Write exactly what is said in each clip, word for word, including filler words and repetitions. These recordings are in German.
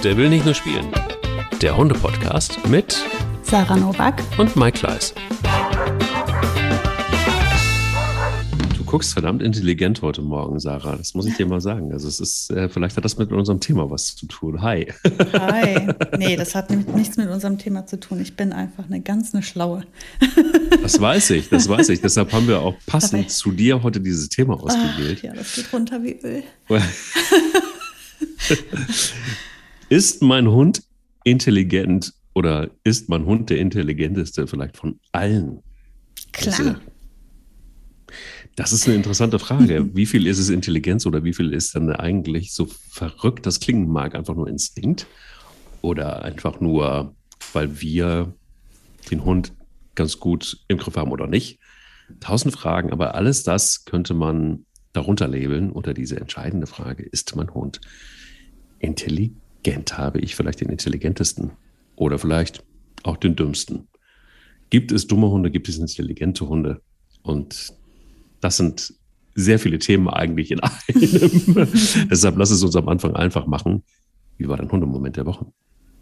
Der will nicht nur spielen. Der Hunde-Podcast mit Sarah Nowak und Mike Kleiss. Du guckst verdammt intelligent heute Morgen, Sarah. Das muss ich dir mal sagen. Also es ist, äh, vielleicht hat das mit unserem Thema was zu tun. Hi. Hi. Nee, das hat mit, nichts mit unserem Thema zu tun. Ich bin einfach eine ganz eine Schlaue. Das weiß ich, das weiß ich. Deshalb haben wir auch passend zu dir heute dieses Thema ausgewählt. Ach, ja, das geht runter wie Öl. Ist mein Hund intelligent oder ist mein Hund der intelligenteste vielleicht von allen? Klar. Das ist eine interessante Frage. Wie viel ist es Intelligenz oder wie viel ist dann eigentlich, so verrückt das klingen mag, einfach nur Instinkt? Oder einfach nur, weil wir den Hund ganz gut im Griff haben oder nicht? Tausend Fragen, aber alles das könnte man darunter labeln unter diese entscheidende Frage: Ist mein Hund intelligent? Habe ich vielleicht den intelligentesten oder vielleicht auch den dümmsten? Gibt es dumme Hunde, gibt es intelligente Hunde? Und das sind sehr viele Themen eigentlich in einem. Deshalb lass es uns am Anfang einfach machen. Wie war dein Hundemoment der Woche?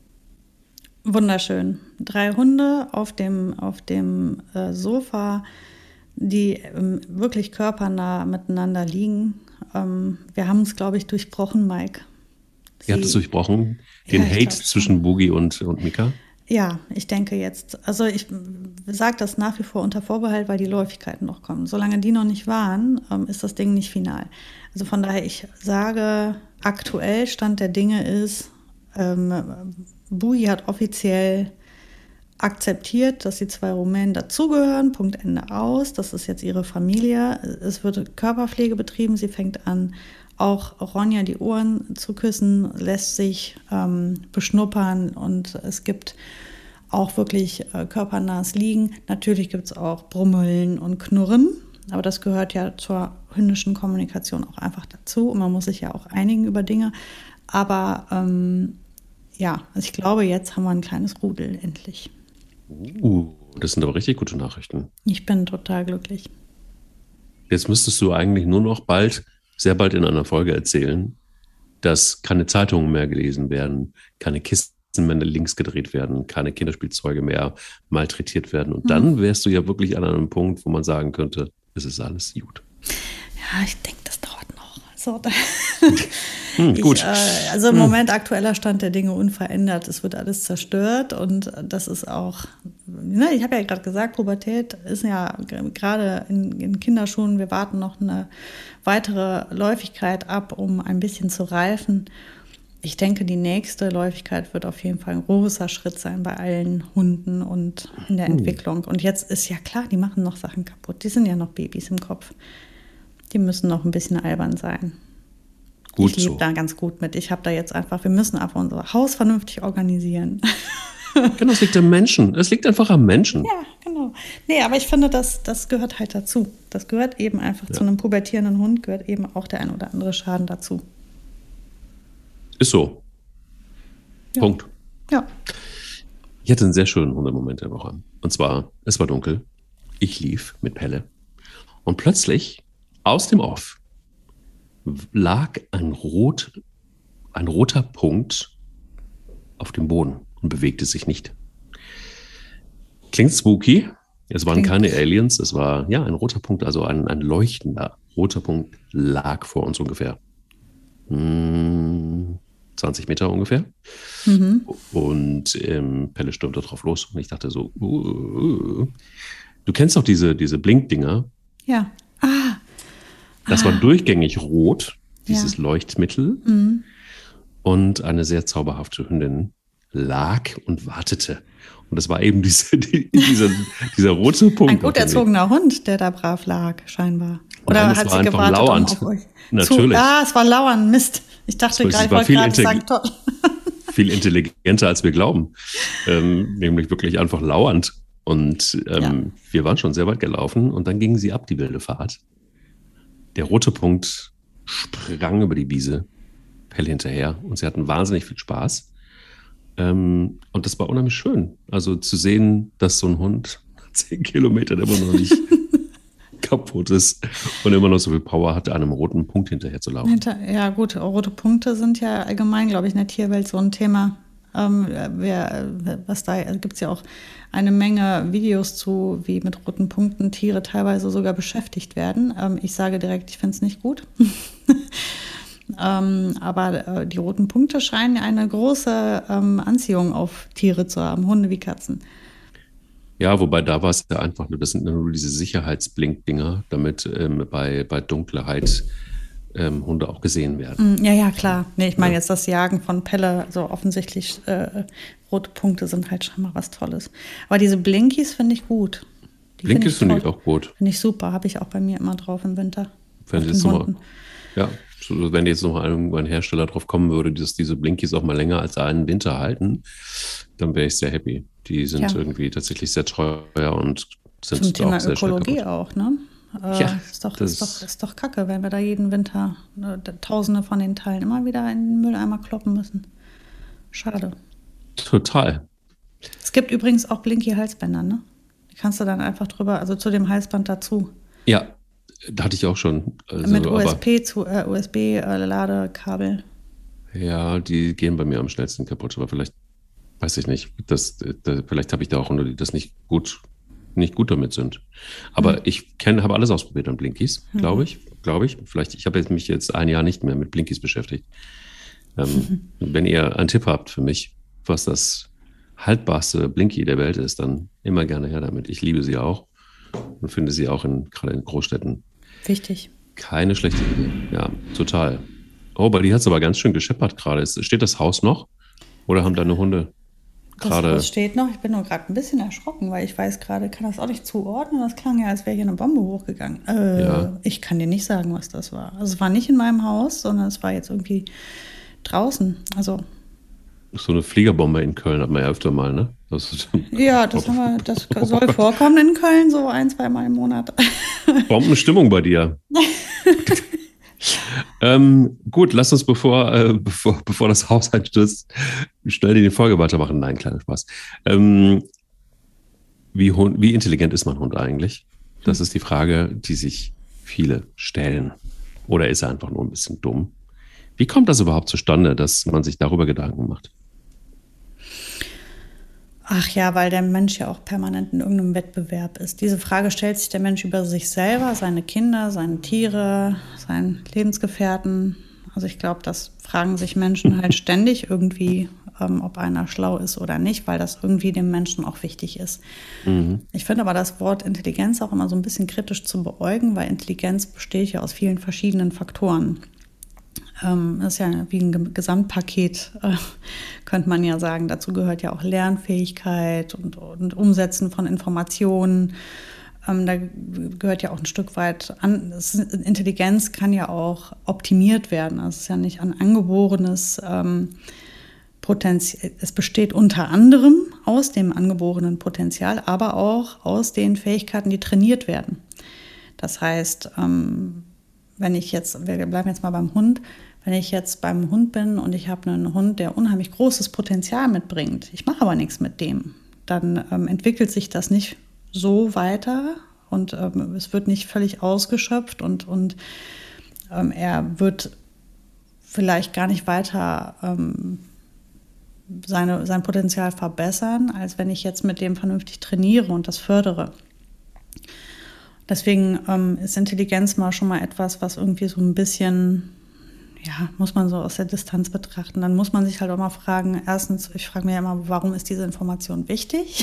Wunderschön. Drei Hunde auf dem, auf dem äh, Sofa, die ähm, wirklich körpernah miteinander liegen. Ähm, wir haben uns, glaube ich, durchbrochen, Mike. Ihr habt es durchbrochen, den Ja, Hate zwischen Boogie und, und Mika? Ja, ich denke jetzt. Also ich sage das nach wie vor unter Vorbehalt, weil die Läufigkeiten noch kommen. Solange die noch nicht waren, ähm, ist das Ding nicht final. Also von daher, ich sage, aktuell Stand der Dinge ist, ähm, Boogie hat offiziell akzeptiert, dass die zwei Rumänen dazugehören, Punkt, Ende, aus. Das ist jetzt ihre Familie. Es wird Körperpflege betrieben, sie fängt an, auch Ronja die Ohren zu küssen, lässt sich ähm, beschnuppern und es gibt auch wirklich äh, körpernahes Liegen. Natürlich gibt es auch Brummeln und Knurren, aber das gehört ja zur hündischen Kommunikation auch einfach dazu und man muss sich ja auch einigen über Dinge. Aber ähm, ja, also ich glaube, jetzt haben wir ein kleines Rudel endlich. Uh, das sind aber richtig gute Nachrichten. Ich bin total glücklich. Jetzt müsstest du eigentlich nur noch bald sehr bald in einer Folge erzählen, dass keine Zeitungen mehr gelesen werden, keine Kisten mehr links gedreht werden, keine Kinderspielzeuge mehr malträtiert werden. Und dann wärst du ja wirklich an einem Punkt, wo man sagen könnte, es ist alles gut. Ja, ich denke, das dauert noch. Also, hm, gut. Ich, äh, also im hm. Moment aktueller Stand der Dinge unverändert. Es wird alles zerstört und das ist auch, ne, ich habe ja gerade gesagt, Pubertät ist ja gerade in, in Kinderschuhen, wir warten noch eine weitere Läufigkeit ab, um ein bisschen zu reifen. Ich denke, die nächste Läufigkeit wird auf jeden Fall ein großer Schritt sein bei allen Hunden und in der Entwicklung. Und jetzt ist ja klar, die machen noch Sachen kaputt. Die sind ja noch Babys im Kopf. Die müssen noch ein bisschen albern sein. Gut ich lebe so. da ganz gut mit. Ich habe da jetzt einfach, wir müssen einfach unser Haus vernünftig organisieren. Genau, es liegt am Menschen. Es liegt einfach am Menschen. Ja, genau. Nee, aber ich finde, das, das gehört halt dazu. Das gehört eben einfach ja. zu einem pubertierenden Hund, gehört eben auch der ein oder andere Schaden dazu. Ist so. Ja. Punkt. Ja. Ich hatte einen sehr schönen Hundemoment der Woche. Und zwar, es war dunkel. Ich lief mit Pelle. Und plötzlich aus dem Off lag ein, rot, ein roter Punkt auf dem Boden und bewegte sich nicht. Klingt spooky. Es waren Klingt. keine Aliens. Es war ja ein roter Punkt, also ein, ein leuchtender roter Punkt lag vor uns ungefähr. Hm, zwanzig Meter ungefähr. Mhm. Und ähm, Pelle stürmte drauf los. Und ich dachte so, uh, uh. Du kennst doch diese, diese Blinkdinger. Ja. Ah. Das ah. war durchgängig rot, dieses ja. Leuchtmittel. Mhm. Und eine sehr zauberhafte Hündin lag und wartete. Und das war eben diese, die, dieser, dieser rote Punkt. Ein gut erzogener Hund, der da brav lag, scheinbar. Oder Nein, hat war sie gewartet lauernd. auf euch? Natürlich. Zu, ah, es war lauernd. Mist. Ich dachte gerade, ich wollte gerade sagen, toll. Viel intelligenter, als wir glauben. Ähm, nämlich wirklich einfach lauernd. Und ähm, ja. wir waren schon sehr weit gelaufen und dann ging sie ab, die wilde Fahrt. Der rote Punkt sprang über die Wiese, Pelle hinterher und sie hatten wahnsinnig viel Spaß. Ähm, und das war unheimlich schön. Also zu sehen, dass so ein Hund zehn Kilometer immer noch nicht kaputt ist und immer noch so viel Power hat, einem roten Punkt hinterher zu laufen. Ja gut, rote Punkte sind ja allgemein, glaube ich, in der Tierwelt so ein Thema. Ähm, wer, was da gibt es ja auch eine Menge Videos zu, wie mit roten Punkten Tiere teilweise sogar beschäftigt werden. Ähm, ich sage direkt, ich finde es nicht gut. ähm, aber äh, die roten Punkte scheinen eine große ähm, Anziehung auf Tiere zu haben, Hunde wie Katzen. Ja, wobei da war es ja einfach nur, das sind nur diese Sicherheitsblinkdinger, damit ähm, bei, bei Dunkelheit ähm, Hunde auch gesehen werden. Ja, ja, klar. Nee, ich meine Ja. jetzt das Jagen von Pelle, also offensichtlich äh, rote Punkte sind halt schon mal was Tolles. Aber diese Blinkies finde ich gut. Die Blinkies finde ich toll. auch gut. Finde ich super, habe ich auch bei mir immer drauf im Winter. Wenn auf jetzt den noch mal, Hunden. ja, so, wenn jetzt noch mal irgendein Hersteller drauf kommen würde, dass diese Blinkies auch mal länger als einen Winter halten, dann wäre ich sehr happy. Die sind Ja. irgendwie tatsächlich sehr teuer und sind Zum Thema auch sehr schnell Ökologie kaputt. auch, ne? Äh, Ja, ist, doch, das- ist, doch, ist doch kacke, wenn wir da jeden Winter äh, Tausende von den Teilen immer wieder in den Mülleimer kloppen müssen. Schade. Total. Es gibt übrigens auch Blinky-Halsbänder, ne? Die kannst du dann einfach drüber, also zu dem Halsband dazu. Ja, da hatte ich auch schon. Also, Mit U S aber, B zu äh, U S B-Ladekabel. ja, die gehen bei mir am schnellsten kaputt, aber vielleicht, weiß ich nicht, das, da, vielleicht habe ich da auch Hunde, die das nicht gut, nicht gut damit sind. Aber Mhm. ich kenne, habe alles ausprobiert an Blinkies, glaube ich, glaube ich. Vielleicht, ich habe jetzt mich jetzt ein Jahr nicht mehr mit Blinkies beschäftigt. Ähm, wenn ihr einen Tipp habt für mich, was das haltbarste Blinky der Welt ist, dann immer gerne her damit. Ich liebe sie auch und finde sie auch in, gerade in Großstädten Wichtig. keine schlechte Idee. Ja, total. Oh, bei dir hat es aber ganz schön gescheppert gerade. Ist- Steht das Haus noch? Oder haben deine Hunde Das gerade. Haus steht noch. Ich bin nur gerade ein bisschen erschrocken, weil ich weiß gerade, kann das auch nicht zuordnen. Das klang ja, als wäre hier eine Bombe hochgegangen. Äh, Ja. Ich kann dir nicht sagen, was das war. Also es war nicht in meinem Haus, sondern es war jetzt irgendwie draußen. Also So eine Fliegerbombe in Köln hat man ja öfter mal, ne? Das ist ja, das, haben wir, das soll vorkommen in Köln, so ein, zwei Mal im Monat. Bombenstimmung bei dir. ähm, gut, lass uns, bevor, äh, bevor, bevor das Haus einstürzt, schnell die Folge weitermachen. Nein, kleiner Spaß. Ähm, wie, Hund, wie intelligent ist mein Hund eigentlich? Das ist die Frage, die sich viele stellen. Oder ist er einfach nur ein bisschen dumm? Wie kommt das überhaupt zustande, dass man sich darüber Gedanken macht? Ach ja, weil der Mensch ja auch permanent in irgendeinem Wettbewerb ist. Diese Frage stellt sich der Mensch über sich selber, seine Kinder, seine Tiere, seinen Lebensgefährten. Also ich glaube, das fragen sich Menschen halt ständig irgendwie, ähm, ob einer schlau ist oder nicht, weil das irgendwie dem Menschen auch wichtig ist. Mhm. Ich finde aber das Wort Intelligenz auch immer so ein bisschen kritisch zu beäugen, weil Intelligenz besteht ja aus vielen verschiedenen Faktoren. Ähm, das ist ja wie ein Ge- Gesamtpaket, äh, könnte man ja sagen. Dazu gehört ja auch Lernfähigkeit und, und Umsetzen von Informationen. Ähm, da gehört ja auch ein Stück weit an. Es ist, Intelligenz kann ja auch optimiert werden. Also es ist ja nicht ein angeborenes ähm, Potenzial. Es besteht unter anderem aus dem angeborenen Potenzial, aber auch aus den Fähigkeiten, die trainiert werden. Das heißt, ähm, wenn ich jetzt, wir bleiben jetzt mal beim Hund, wenn ich jetzt beim Hund bin und ich habe einen Hund, der unheimlich großes Potenzial mitbringt, ich mache aber nichts mit dem, dann ähm, entwickelt sich das nicht so weiter und ähm, es wird nicht völlig ausgeschöpft und, und ähm, er wird vielleicht gar nicht weiter ähm, seine, sein Potenzial verbessern, als wenn ich jetzt mit dem vernünftig trainiere und das fördere. Deswegen ähm, ist Intelligenz mal schon mal etwas, was irgendwie so ein bisschen, ja, muss man so aus der Distanz betrachten. Dann muss man sich halt auch mal fragen, erstens, ich frage mich ja immer, warum ist diese Information wichtig?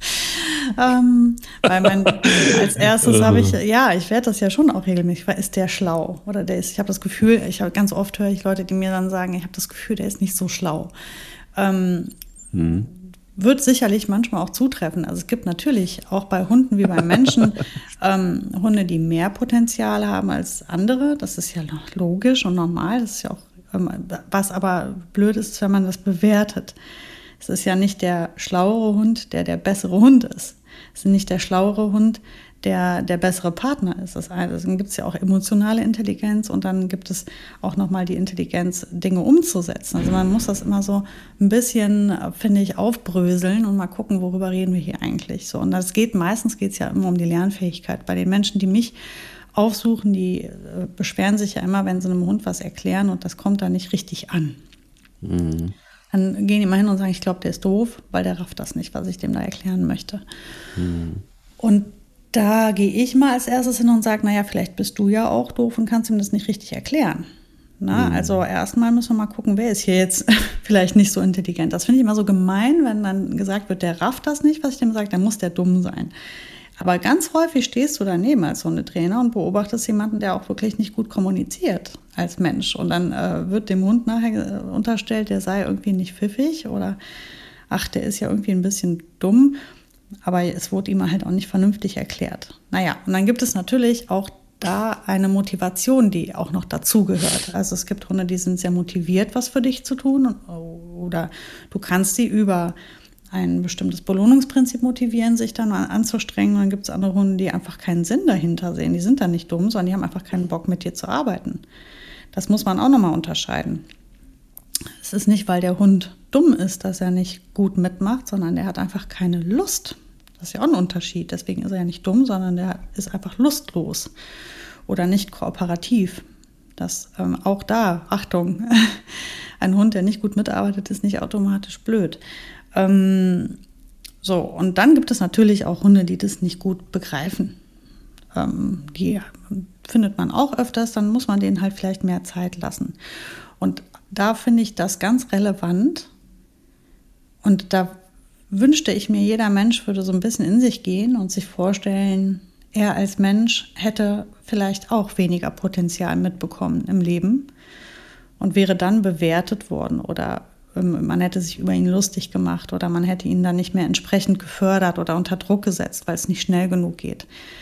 ähm, weil mein, als erstes habe ich, ja, ich werde das ja schon auch regelmäßig, ist der schlau? Oder der ist, ich habe das Gefühl, ich habe ganz oft höre ich Leute, die mir dann sagen, ich habe das Gefühl, der ist nicht so schlau. Ähm, Mhm. Wird sicherlich manchmal auch zutreffen. Also es gibt natürlich auch bei Hunden wie bei Menschen ähm, Hunde, die mehr Potenzial haben als andere. Das ist ja logisch und normal. Das ist ja auch, ähm, was aber blöd ist, wenn man das bewertet. Es ist ja nicht der schlauere Hund, der der bessere Hund ist. Es ist nicht der schlauere Hund, der der bessere Partner ist. Das eine. Dann gibt es ja auch emotionale Intelligenz und dann gibt es auch nochmal die Intelligenz, Dinge umzusetzen. Also man muss das immer so ein bisschen, finde ich, aufbröseln und mal gucken, worüber reden wir hier eigentlich. So, und das geht, meistens geht es ja immer um die Lernfähigkeit. Bei den Menschen, die mich aufsuchen, die äh, beschweren sich ja immer, wenn sie einem Hund was erklären und das kommt dann nicht richtig an. Mhm. Dann gehen die mal hin und sagen, ich glaube, der ist doof, weil der rafft das nicht, was ich dem da erklären möchte. Mhm. Und da gehe ich mal als erstes hin und sage, naja, vielleicht bist du ja auch doof und kannst ihm das nicht richtig erklären. Na, mhm. Also erstmal müssen wir mal gucken, wer ist hier jetzt vielleicht nicht so intelligent. Das finde ich immer so gemein, wenn dann gesagt wird, der rafft das nicht, was ich dem sage, dann muss der dumm sein. Aber ganz häufig stehst du daneben als Hundetrainer und beobachtest jemanden, der auch wirklich nicht gut kommuniziert als Mensch. Und dann äh, wird dem Hund nachher unterstellt, der sei irgendwie nicht pfiffig oder ach, der ist ja irgendwie ein bisschen dumm. Aber es wurde ihm halt auch nicht vernünftig erklärt. Naja, und dann gibt es natürlich auch da eine Motivation, die auch noch dazugehört. Also es gibt Hunde, die sind sehr motiviert, was für dich zu tun. Oder du kannst sie über ein bestimmtes Belohnungsprinzip motivieren, sich dann mal anzustrengen. Und dann gibt es andere Hunde, die einfach keinen Sinn dahinter sehen. Die sind dann nicht dumm, sondern die haben einfach keinen Bock, mit dir zu arbeiten. Das muss man auch nochmal unterscheiden. Es ist nicht, weil der Hund dumm ist, dass er nicht gut mitmacht, sondern der hat einfach keine Lust. Das ist ja auch ein Unterschied. Deswegen ist er ja nicht dumm, sondern der ist einfach lustlos oder nicht kooperativ. Das ähm, auch da, Achtung, ein Hund, der nicht gut mitarbeitet, ist nicht automatisch blöd. Ähm, so, und dann gibt es natürlich auch Hunde, die das nicht gut begreifen. Ähm, die findet man auch öfters, dann muss man denen halt vielleicht mehr Zeit lassen. Und da finde ich das ganz relevant. Und da wünschte ich mir, jeder Mensch würde so ein bisschen in sich gehen und sich vorstellen, er als Mensch hätte vielleicht auch weniger Potenzial mitbekommen im Leben und wäre dann bewertet worden oder man hätte sich über ihn lustig gemacht oder man hätte ihn dann nicht mehr entsprechend gefördert oder unter Druck gesetzt, weil es nicht schnell genug geht.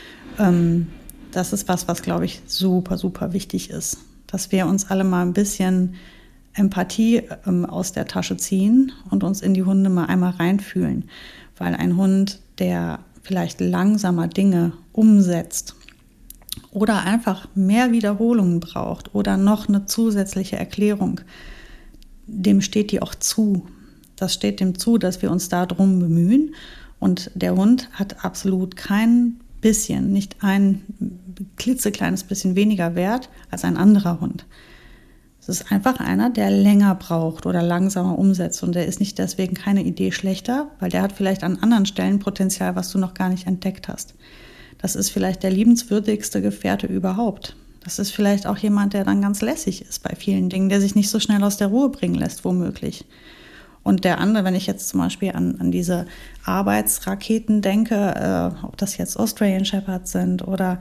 Das ist was, was, glaube ich, super, super wichtig ist, dass wir uns alle mal ein bisschen Empathie aus der Tasche ziehen und uns in die Hunde mal einmal reinfühlen. Weil ein Hund, der vielleicht langsamer Dinge umsetzt oder einfach mehr Wiederholungen braucht oder noch eine zusätzliche Erklärung, dem steht die auch zu. Das steht dem zu, dass wir uns darum bemühen. Und der Hund hat absolut kein bisschen, nicht ein klitzekleines bisschen weniger Wert als ein anderer Hund. Es ist einfach einer, der länger braucht oder langsamer umsetzt. Und der ist nicht deswegen keine Idee schlechter, weil der hat vielleicht an anderen Stellen Potenzial, was du noch gar nicht entdeckt hast. Das ist vielleicht der liebenswürdigste Gefährte überhaupt. Das ist vielleicht auch jemand, der dann ganz lässig ist bei vielen Dingen, der sich nicht so schnell aus der Ruhe bringen lässt, womöglich. Und der andere, wenn ich jetzt zum Beispiel an, an diese Arbeitsraketen denke, äh, ob das jetzt Australian Shepherds sind oder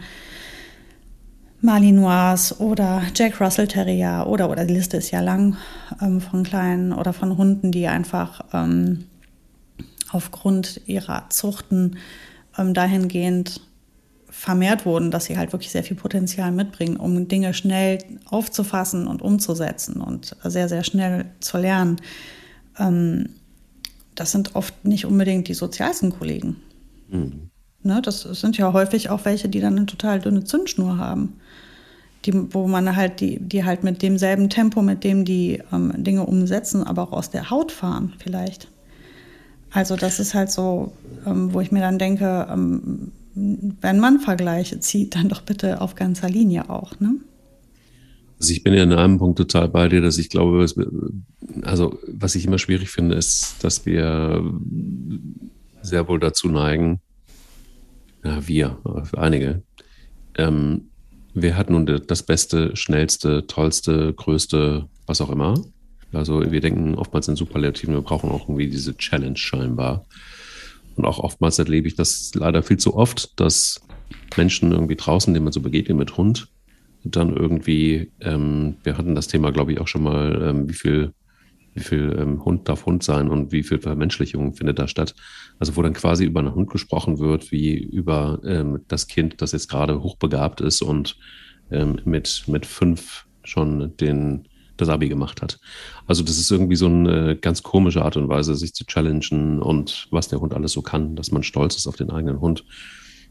Malinois oder Jack Russell Terrier oder, oder die Liste ist ja lang ähm, von kleinen oder von Hunden, die einfach ähm, aufgrund ihrer Zuchten ähm, dahingehend vermehrt wurden, dass sie halt wirklich sehr viel Potenzial mitbringen, um Dinge schnell aufzufassen und umzusetzen und sehr, sehr schnell zu lernen. Ähm, das sind oft nicht unbedingt die sozialsten Kollegen. Mhm. Ne, das sind ja häufig auch welche, die dann eine total dünne Zündschnur haben. Die, wo man halt, die, die halt mit demselben Tempo, mit dem die ähm, Dinge umsetzen, aber auch aus der Haut fahren vielleicht. Also das ist halt so, ähm, wo ich mir dann denke, ähm, wenn man Vergleiche zieht, dann doch bitte auf ganzer Linie auch, ne? Also ich bin ja in einem Punkt total bei dir, dass ich glaube, was, also was ich immer schwierig finde, ist, dass wir sehr wohl dazu neigen, ja, wir, einige, ähm, wer hat nun das Beste, schnellste, tollste, größte, was auch immer? Also wir denken oftmals in Superlativen, wir brauchen auch irgendwie diese Challenge scheinbar. Und auch oftmals erlebe ich das leider viel zu oft, dass Menschen irgendwie draußen, denen man so begegnet mit Hund, dann irgendwie, ähm, wir hatten das Thema, glaube ich, auch schon mal, ähm, wie viel, wie viel ähm, Hund darf Hund sein und wie viel Vermenschlichung findet da statt. Also wo dann quasi über einen Hund gesprochen wird, wie über ähm, das Kind, das jetzt gerade hochbegabt ist und ähm, mit, mit fünf schon den, das Abi gemacht hat. Also das ist irgendwie so eine ganz komische Art und Weise, sich zu challengen und was der Hund alles so kann, dass man stolz ist auf den eigenen Hund.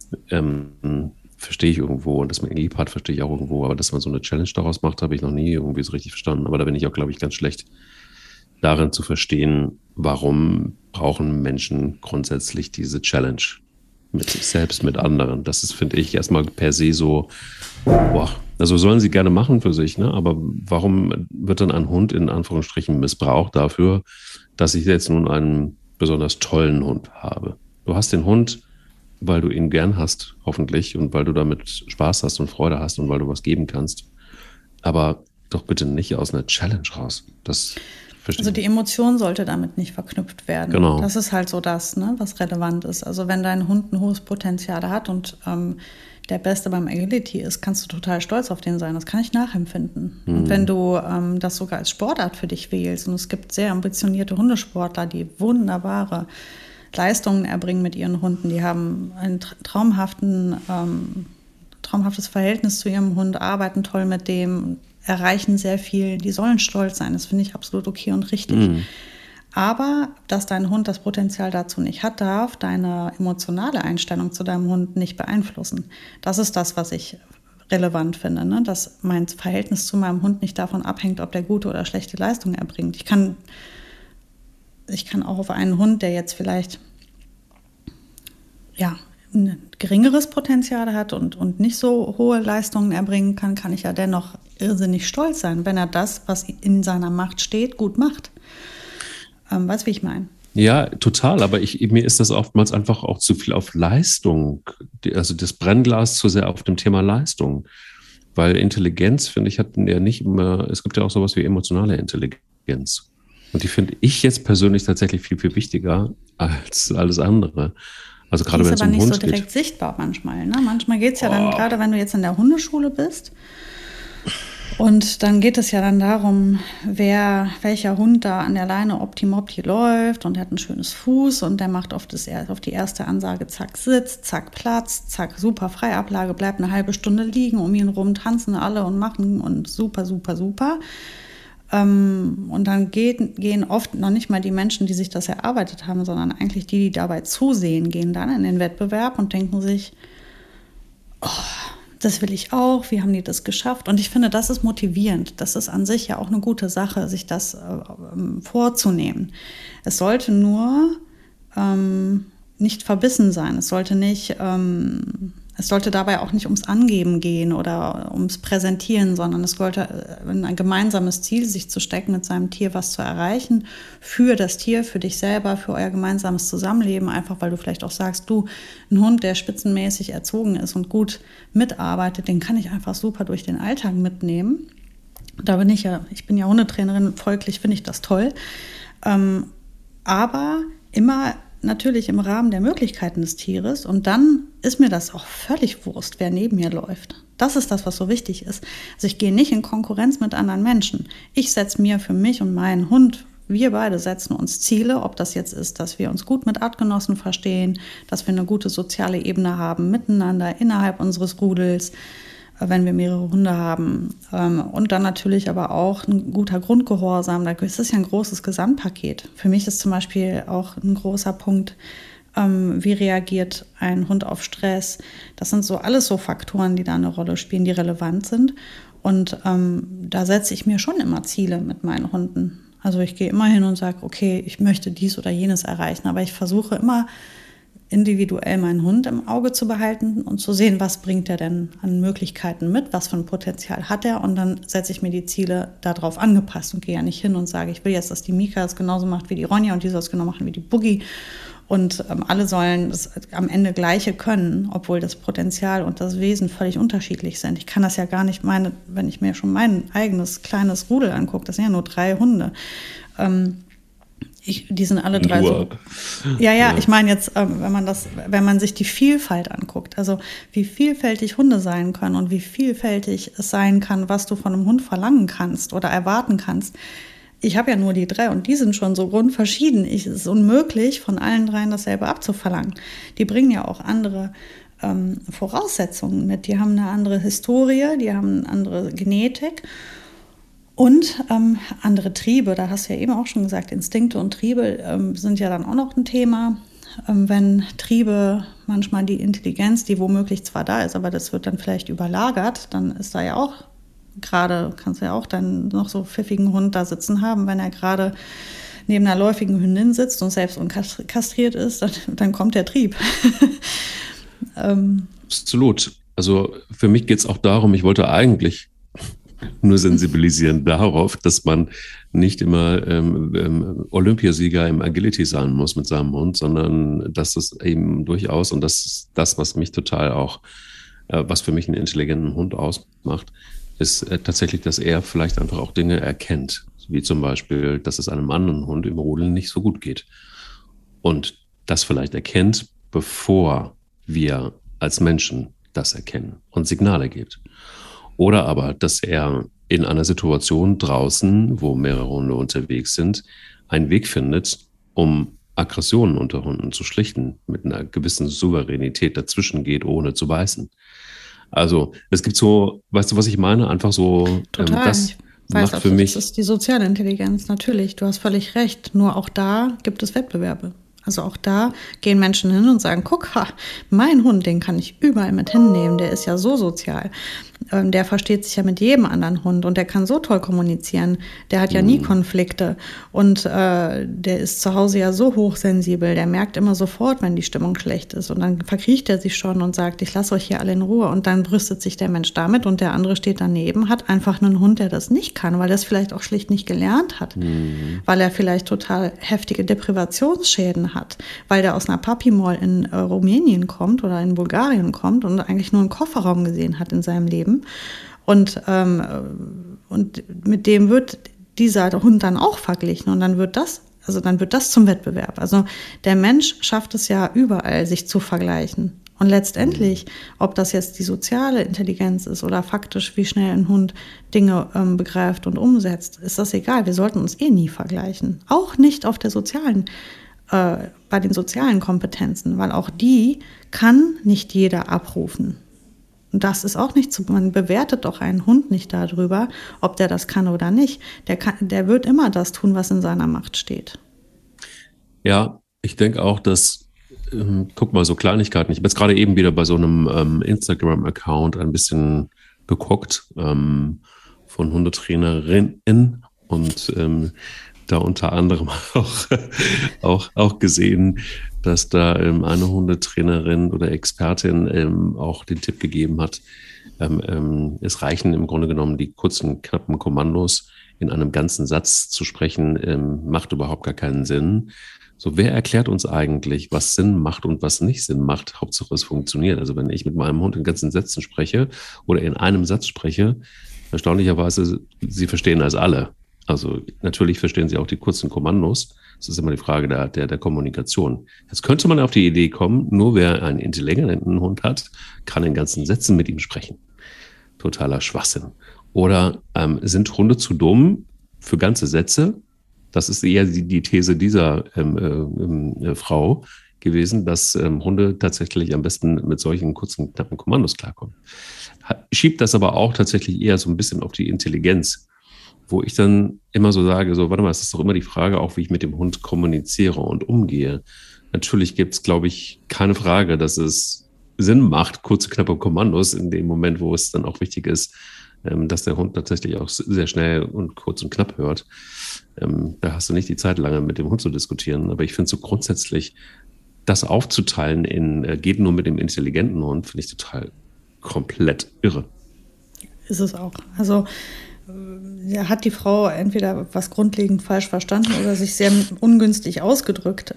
ähm, verstehe ich irgendwo. Und dass man ihn lieb hat, verstehe ich auch irgendwo. Aber dass man so eine Challenge daraus macht, habe ich noch nie irgendwie so richtig verstanden. Aber da bin ich auch, glaube ich, ganz schlecht darin zu verstehen, warum brauchen Menschen grundsätzlich diese Challenge mit sich selbst, mit anderen. Das ist, finde ich, erstmal per se so, boah, also sollen sie gerne machen für sich, ne? Aber warum wird dann ein Hund in Anführungsstrichen missbraucht dafür, dass ich jetzt nun einen besonders tollen Hund habe? Du hast den Hund, weil du ihn gern hast, hoffentlich, und weil du damit Spaß hast und Freude hast und weil du was geben kannst. Aber doch bitte nicht aus einer Challenge raus. Das verstehe Also ich die nicht. Emotion sollte damit nicht verknüpft werden. Genau. Das ist halt so das, ne, was relevant ist. Also wenn dein Hund ein hohes Potenzial hat und ähm, der Beste beim Agility ist, kannst du total stolz auf den sein. Das kann ich nachempfinden. Mhm. Und wenn du ähm, das sogar als Sportart für dich wählst, und es gibt sehr ambitionierte Hundesportler, die wunderbare Leistungen erbringen mit ihren Hunden, die haben ein traumhaften, ähm, traumhaftes Verhältnis zu ihrem Hund, arbeiten toll mit dem, erreichen sehr viel, die sollen stolz sein. Das finde ich absolut okay und richtig. Mhm. Aber dass dein Hund das Potenzial dazu nicht hat, darf deine emotionale Einstellung zu deinem Hund nicht beeinflussen. Das ist das, was ich relevant finde, ne? Dass mein Verhältnis zu meinem Hund nicht davon abhängt, ob der gute oder schlechte Leistungen erbringt. Ich kann, ich kann auch auf einen Hund, der jetzt vielleicht ja, ein geringeres Potenzial hat und, und nicht so hohe Leistungen erbringen kann, kann ich ja dennoch irrsinnig stolz sein, wenn er das, was in seiner Macht steht, gut macht. Ähm, weißt du, wie ich meine? Ja, total. Aber ich, mir ist das oftmals einfach auch zu viel auf Leistung. Also das Brennglas zu sehr auf dem Thema Leistung. Weil Intelligenz, finde ich, hat ja nicht immer, es gibt ja auch sowas wie emotionale Intelligenz. Und die finde ich jetzt persönlich tatsächlich viel, viel wichtiger als alles andere. Also gerade wenn es um Hund geht. Ist aber nicht so direkt sichtbar manchmal. Ne? Manchmal geht es ja oh. dann, gerade wenn du jetzt in der Hundeschule bist, und dann geht es ja dann darum, wer, welcher Hund da an der Leine optimopti läuft und der hat ein schönes Fuß und der macht auf, das, auf die erste Ansage zack Sitz, zack Platz, zack super Freiablage, bleibt eine halbe Stunde liegen, um ihn rum tanzen alle und machen und super, super, super. Ähm, und dann geht, gehen oft noch nicht mal die Menschen, die sich das erarbeitet haben, sondern eigentlich die, die dabei zusehen, gehen dann in den Wettbewerb und denken sich, oh, das will ich auch, wie haben die das geschafft? Und ich finde, das ist motivierend. Das ist an sich ja auch eine gute Sache, sich das äh, vorzunehmen. Es sollte nur ähm, nicht verbissen sein. Es sollte nicht, ähm, es sollte dabei auch nicht ums Angeben gehen oder ums Präsentieren, sondern es sollte ein gemeinsames Ziel, sich zu stecken, mit seinem Tier was zu erreichen, für das Tier, für dich selber, für euer gemeinsames Zusammenleben, einfach weil du vielleicht auch sagst, du, ein Hund, der spitzenmäßig erzogen ist und gut mitarbeitet, den kann ich einfach super durch den Alltag mitnehmen. Da bin ich ja, ich bin ja Hundetrainerin, folglich finde ich das toll. Ähm, aber immer natürlich im Rahmen der Möglichkeiten des Tieres, und dann ist mir das auch völlig Wurst, wer neben mir läuft. Das ist das, was so wichtig ist. Also ich gehe nicht in Konkurrenz mit anderen Menschen. Ich setze mir für mich und meinen Hund, wir beide setzen uns Ziele, ob das jetzt ist, dass wir uns gut mit Artgenossen verstehen, dass wir eine gute soziale Ebene haben miteinander innerhalb unseres Rudels, wenn wir mehrere Hunde haben. Und dann natürlich aber auch ein guter Grundgehorsam. Das ist ja ein großes Gesamtpaket. Für mich ist zum Beispiel auch ein großer Punkt, wie reagiert ein Hund auf Stress. Das sind so alles so Faktoren, die da eine Rolle spielen, die relevant sind. Und ähm, da setze ich mir schon immer Ziele mit meinen Hunden. Also ich gehe immer hin und sage, okay, ich möchte dies oder jenes erreichen. Aber ich versuche immer, individuell meinen Hund im Auge zu behalten und zu sehen, was bringt er denn an Möglichkeiten mit, was für ein Potenzial hat er, und dann setze ich mir die Ziele darauf angepasst und gehe ja nicht hin und sage, ich will jetzt, dass die Mika es genauso macht wie die Ronja und die soll es genau machen wie die Boogie und ähm, alle sollen das am Ende Gleiche können, obwohl das Potenzial und das Wesen völlig unterschiedlich sind. Ich kann das ja gar nicht, meine, wenn ich mir schon mein eigenes kleines Rudel angucke, das sind ja nur drei Hunde, ähm, Ich, die sind alle drei so. Ja, ja, ja. Ich meine jetzt, ähm, wenn man das, wenn man sich die Vielfalt anguckt, also wie vielfältig Hunde sein können und wie vielfältig es sein kann, was du von einem Hund verlangen kannst oder erwarten kannst. Ich habe ja nur die drei und die sind schon so grundverschieden. Ich, es ist unmöglich, von allen dreien dasselbe abzuverlangen. Die bringen ja auch andere ähm, Voraussetzungen mit. Die haben eine andere Historie, die haben eine andere Genetik. Und ähm, andere Triebe, da hast du ja eben auch schon gesagt, Instinkte und Triebe ähm, sind ja dann auch noch ein Thema. ähm, wenn Triebe manchmal die Intelligenz, die womöglich zwar da ist, aber das wird dann vielleicht überlagert, dann ist da ja auch gerade, kannst du ja auch dann noch so pfiffigen Hund da sitzen haben, wenn er gerade neben einer läufigen Hündin sitzt und selbst unkastriert ist, dann, dann kommt der Trieb. ähm. Absolut. Also für mich geht es auch darum, ich wollte eigentlich nur sensibilisieren darauf, dass man nicht immer ähm, ähm, Olympiasieger im Agility sein muss mit seinem Hund, sondern dass es eben durchaus, und das ist das, was mich total auch, äh, was für mich einen intelligenten Hund ausmacht, ist äh, tatsächlich, dass er vielleicht einfach auch Dinge erkennt, wie zum Beispiel, dass es einem anderen Hund im Rudeln nicht so gut geht. Und das vielleicht erkennt, bevor wir als Menschen das erkennen und Signale gibt. Oder aber, dass er in einer Situation draußen, wo mehrere Hunde unterwegs sind, einen Weg findet, um Aggressionen unter Hunden zu schlichten, mit einer gewissen Souveränität dazwischen geht, ohne zu beißen. Also es gibt so, weißt du, was ich meine? Einfach so, Total. Ähm, das ich weiß, macht für also, mich... Das ist die soziale Intelligenz, natürlich. Du hast völlig recht. Nur auch da gibt es Wettbewerbe. Also auch da gehen Menschen hin und sagen, guck, ha, mein Hund, den kann ich überall mit hinnehmen, der ist ja so sozial. Ähm, der versteht sich ja mit jedem anderen Hund und der kann so toll kommunizieren. Der hat ja nie Konflikte und äh, der ist zu Hause ja so hochsensibel. Der merkt immer sofort, wenn die Stimmung schlecht ist und dann verkriecht er sich schon und sagt, ich lasse euch hier alle in Ruhe und dann brüstet sich der Mensch damit und der andere steht daneben, hat einfach einen Hund, der das nicht kann, weil er es vielleicht auch schlicht nicht gelernt hat, mhm. weil er vielleicht total heftige Deprivationsschäden hat, weil der aus einer Papi-Moll in äh, Rumänien kommt oder in Bulgarien kommt und eigentlich nur einen Kofferraum gesehen hat in seinem Leben. Und, ähm, und mit dem wird dieser Hund dann auch verglichen und dann wird das, also dann wird das zum Wettbewerb. Also der Mensch schafft es ja überall, sich zu vergleichen. Und letztendlich, ob das jetzt die soziale Intelligenz ist oder faktisch, wie schnell ein Hund Dinge ähm, begreift und umsetzt, ist das egal. Wir sollten uns eh nie vergleichen. Auch nicht auf der sozialen, äh, bei den sozialen Kompetenzen, weil auch die kann nicht jeder abrufen. Und das ist auch nicht so, man bewertet doch einen Hund nicht darüber, ob der das kann oder nicht. Der kann, der wird immer das tun, was in seiner Macht steht. Ja, ich denke auch, dass, ähm, guck mal, so Kleinigkeiten. Ich habe jetzt gerade eben wieder bei so einem ähm, Instagram-Account ein bisschen geguckt ähm, von Hundetrainerinnen und ähm, da unter anderem auch, auch, auch gesehen, dass da ähm, eine Hundetrainerin oder Expertin ähm, auch den Tipp gegeben hat, ähm, ähm, es reichen im Grunde genommen die kurzen, knappen Kommandos in einem ganzen Satz zu sprechen, ähm, macht überhaupt gar keinen Sinn. So, wer erklärt uns eigentlich, was Sinn macht und was nicht Sinn macht? Hauptsache es funktioniert. Also wenn ich mit meinem Hund in ganzen Sätzen spreche oder in einem Satz spreche, erstaunlicherweise, sie verstehen das alle. Also natürlich verstehen sie auch die kurzen Kommandos. Es ist immer die Frage der, der, der Kommunikation. Jetzt könnte man auf die Idee kommen, nur wer einen intelligenten Hund hat, kann in ganzen Sätzen mit ihm sprechen. Totaler Schwachsinn. Oder ähm, sind Hunde zu dumm für ganze Sätze? Das ist eher die, die These dieser ähm, äh, Frau gewesen, dass ähm, Hunde tatsächlich am besten mit solchen kurzen, knappen Kommandos klarkommen. Schiebt das aber auch tatsächlich eher so ein bisschen auf die Intelligenz, wo ich dann immer so sage, so, warte mal, es ist doch immer die Frage auch, wie ich mit dem Hund kommuniziere und umgehe. Natürlich gibt es, glaube ich, keine Frage, dass es Sinn macht, kurze, knappe Kommandos in dem Moment, wo es dann auch wichtig ist, ähm, dass der Hund tatsächlich auch sehr schnell und kurz und knapp hört. Ähm, da hast du nicht die Zeit, lange mit dem Hund zu diskutieren. Aber ich finde so grundsätzlich, das aufzuteilen in, äh, geht nur mit dem intelligenten Hund, finde ich total komplett irre. Ist es auch. Also ja, hat die Frau entweder was grundlegend falsch verstanden oder sich sehr ungünstig ausgedrückt.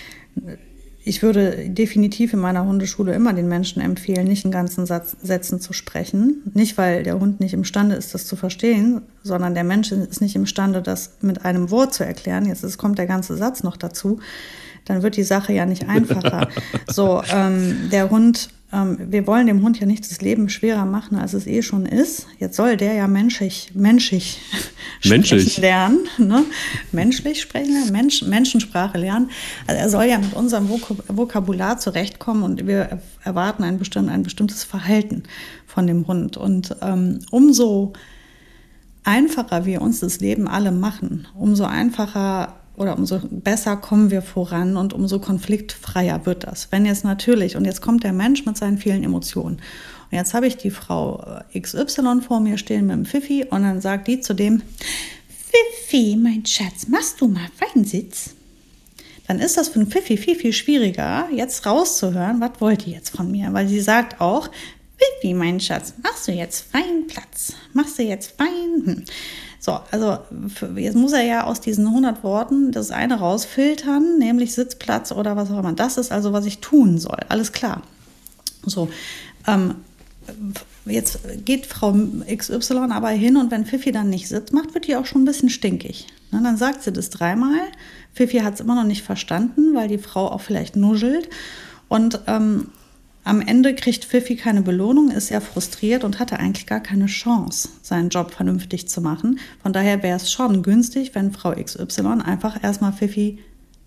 Ich würde definitiv in meiner Hundeschule immer den Menschen empfehlen, nicht in ganzen Satz, Sätzen zu sprechen. Nicht, weil der Hund nicht imstande ist, das zu verstehen, sondern der Mensch ist nicht imstande, das mit einem Wort zu erklären. Jetzt ist, kommt der ganze Satz noch dazu. Dann wird die Sache ja nicht einfacher. So, ähm, der Hund, ähm, wir wollen dem Hund ja nicht das Leben schwerer machen, als es eh schon ist. Jetzt soll der ja menschlich, menschlich, menschlich. sprechen lernen, ne? Menschlich sprechen lernen, Mensch, Menschensprache lernen. Also er soll ja mit unserem Vok- Vokabular zurechtkommen und wir erwarten ein, bestimm- ein bestimmtes Verhalten von dem Hund. Und ähm, umso einfacher wir uns das Leben alle machen, umso einfacher oder umso besser kommen wir voran und umso konfliktfreier wird das. Wenn jetzt natürlich, und jetzt kommt der Mensch mit seinen vielen Emotionen, und jetzt habe ich die Frau X Y vor mir stehen mit dem Pfiffi und dann sagt die zu dem, Pfiffi, mein Schatz, machst du mal Weinsitz? Dann ist das für einen Pfiffi viel, viel schwieriger, jetzt rauszuhören, was wollt ihr jetzt von mir? Weil sie sagt auch, Pfiffi, mein Schatz, machst du jetzt fein Platz? Machst du jetzt fein? Hm. So, also jetzt muss er ja aus diesen hundert Worten das eine rausfiltern, nämlich Sitzplatz oder was auch immer. Das ist also, was ich tun soll. Alles klar. So, ähm, jetzt geht Frau X Y aber hin und wenn Pfiffi dann nicht Sitz macht, wird die auch schon ein bisschen stinkig. Ne, dann sagt sie das dreimal. Pfiffi hat es immer noch nicht verstanden, weil die Frau auch vielleicht nuschelt. Und ähm, am Ende kriegt Pfiffi keine Belohnung, ist sehr frustriert und hatte eigentlich gar keine Chance, seinen Job vernünftig zu machen. Von daher wäre es schon günstig, wenn Frau X Y einfach erstmal Pfiffi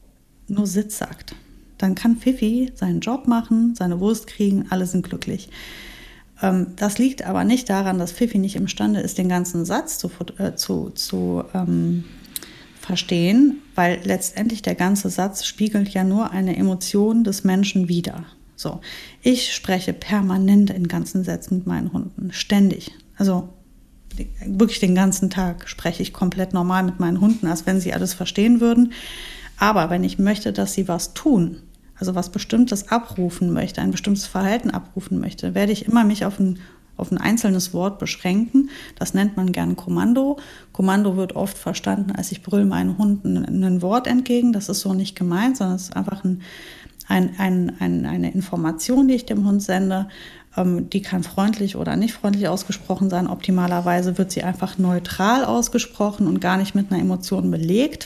nur Sitz sagt. Dann kann Pfiffi seinen Job machen, seine Wurst kriegen, alle sind glücklich. Ähm, das liegt aber nicht daran, dass Pfiffi nicht imstande ist, den ganzen Satz zu, äh, zu, zu ähm, verstehen, weil letztendlich der ganze Satz spiegelt ja nur eine Emotion des Menschen wider. So, ich spreche permanent in ganzen Sätzen mit meinen Hunden, ständig. Also wirklich den ganzen Tag spreche ich komplett normal mit meinen Hunden, als wenn sie alles verstehen würden. Aber wenn ich möchte, dass sie was tun, also was Bestimmtes abrufen möchte, ein bestimmtes Verhalten abrufen möchte, werde ich immer mich auf ein, auf ein einzelnes Wort beschränken. Das nennt man gern Kommando. Kommando wird oft verstanden, als ich brülle meinen Hunden ein Wort entgegen. Das ist so nicht gemeint, sondern es ist einfach ein, ein, ein, ein, eine Information, die ich dem Hund sende. Ähm, die kann freundlich oder nicht freundlich ausgesprochen sein. Optimalerweise wird sie einfach neutral ausgesprochen und gar nicht mit einer Emotion belegt.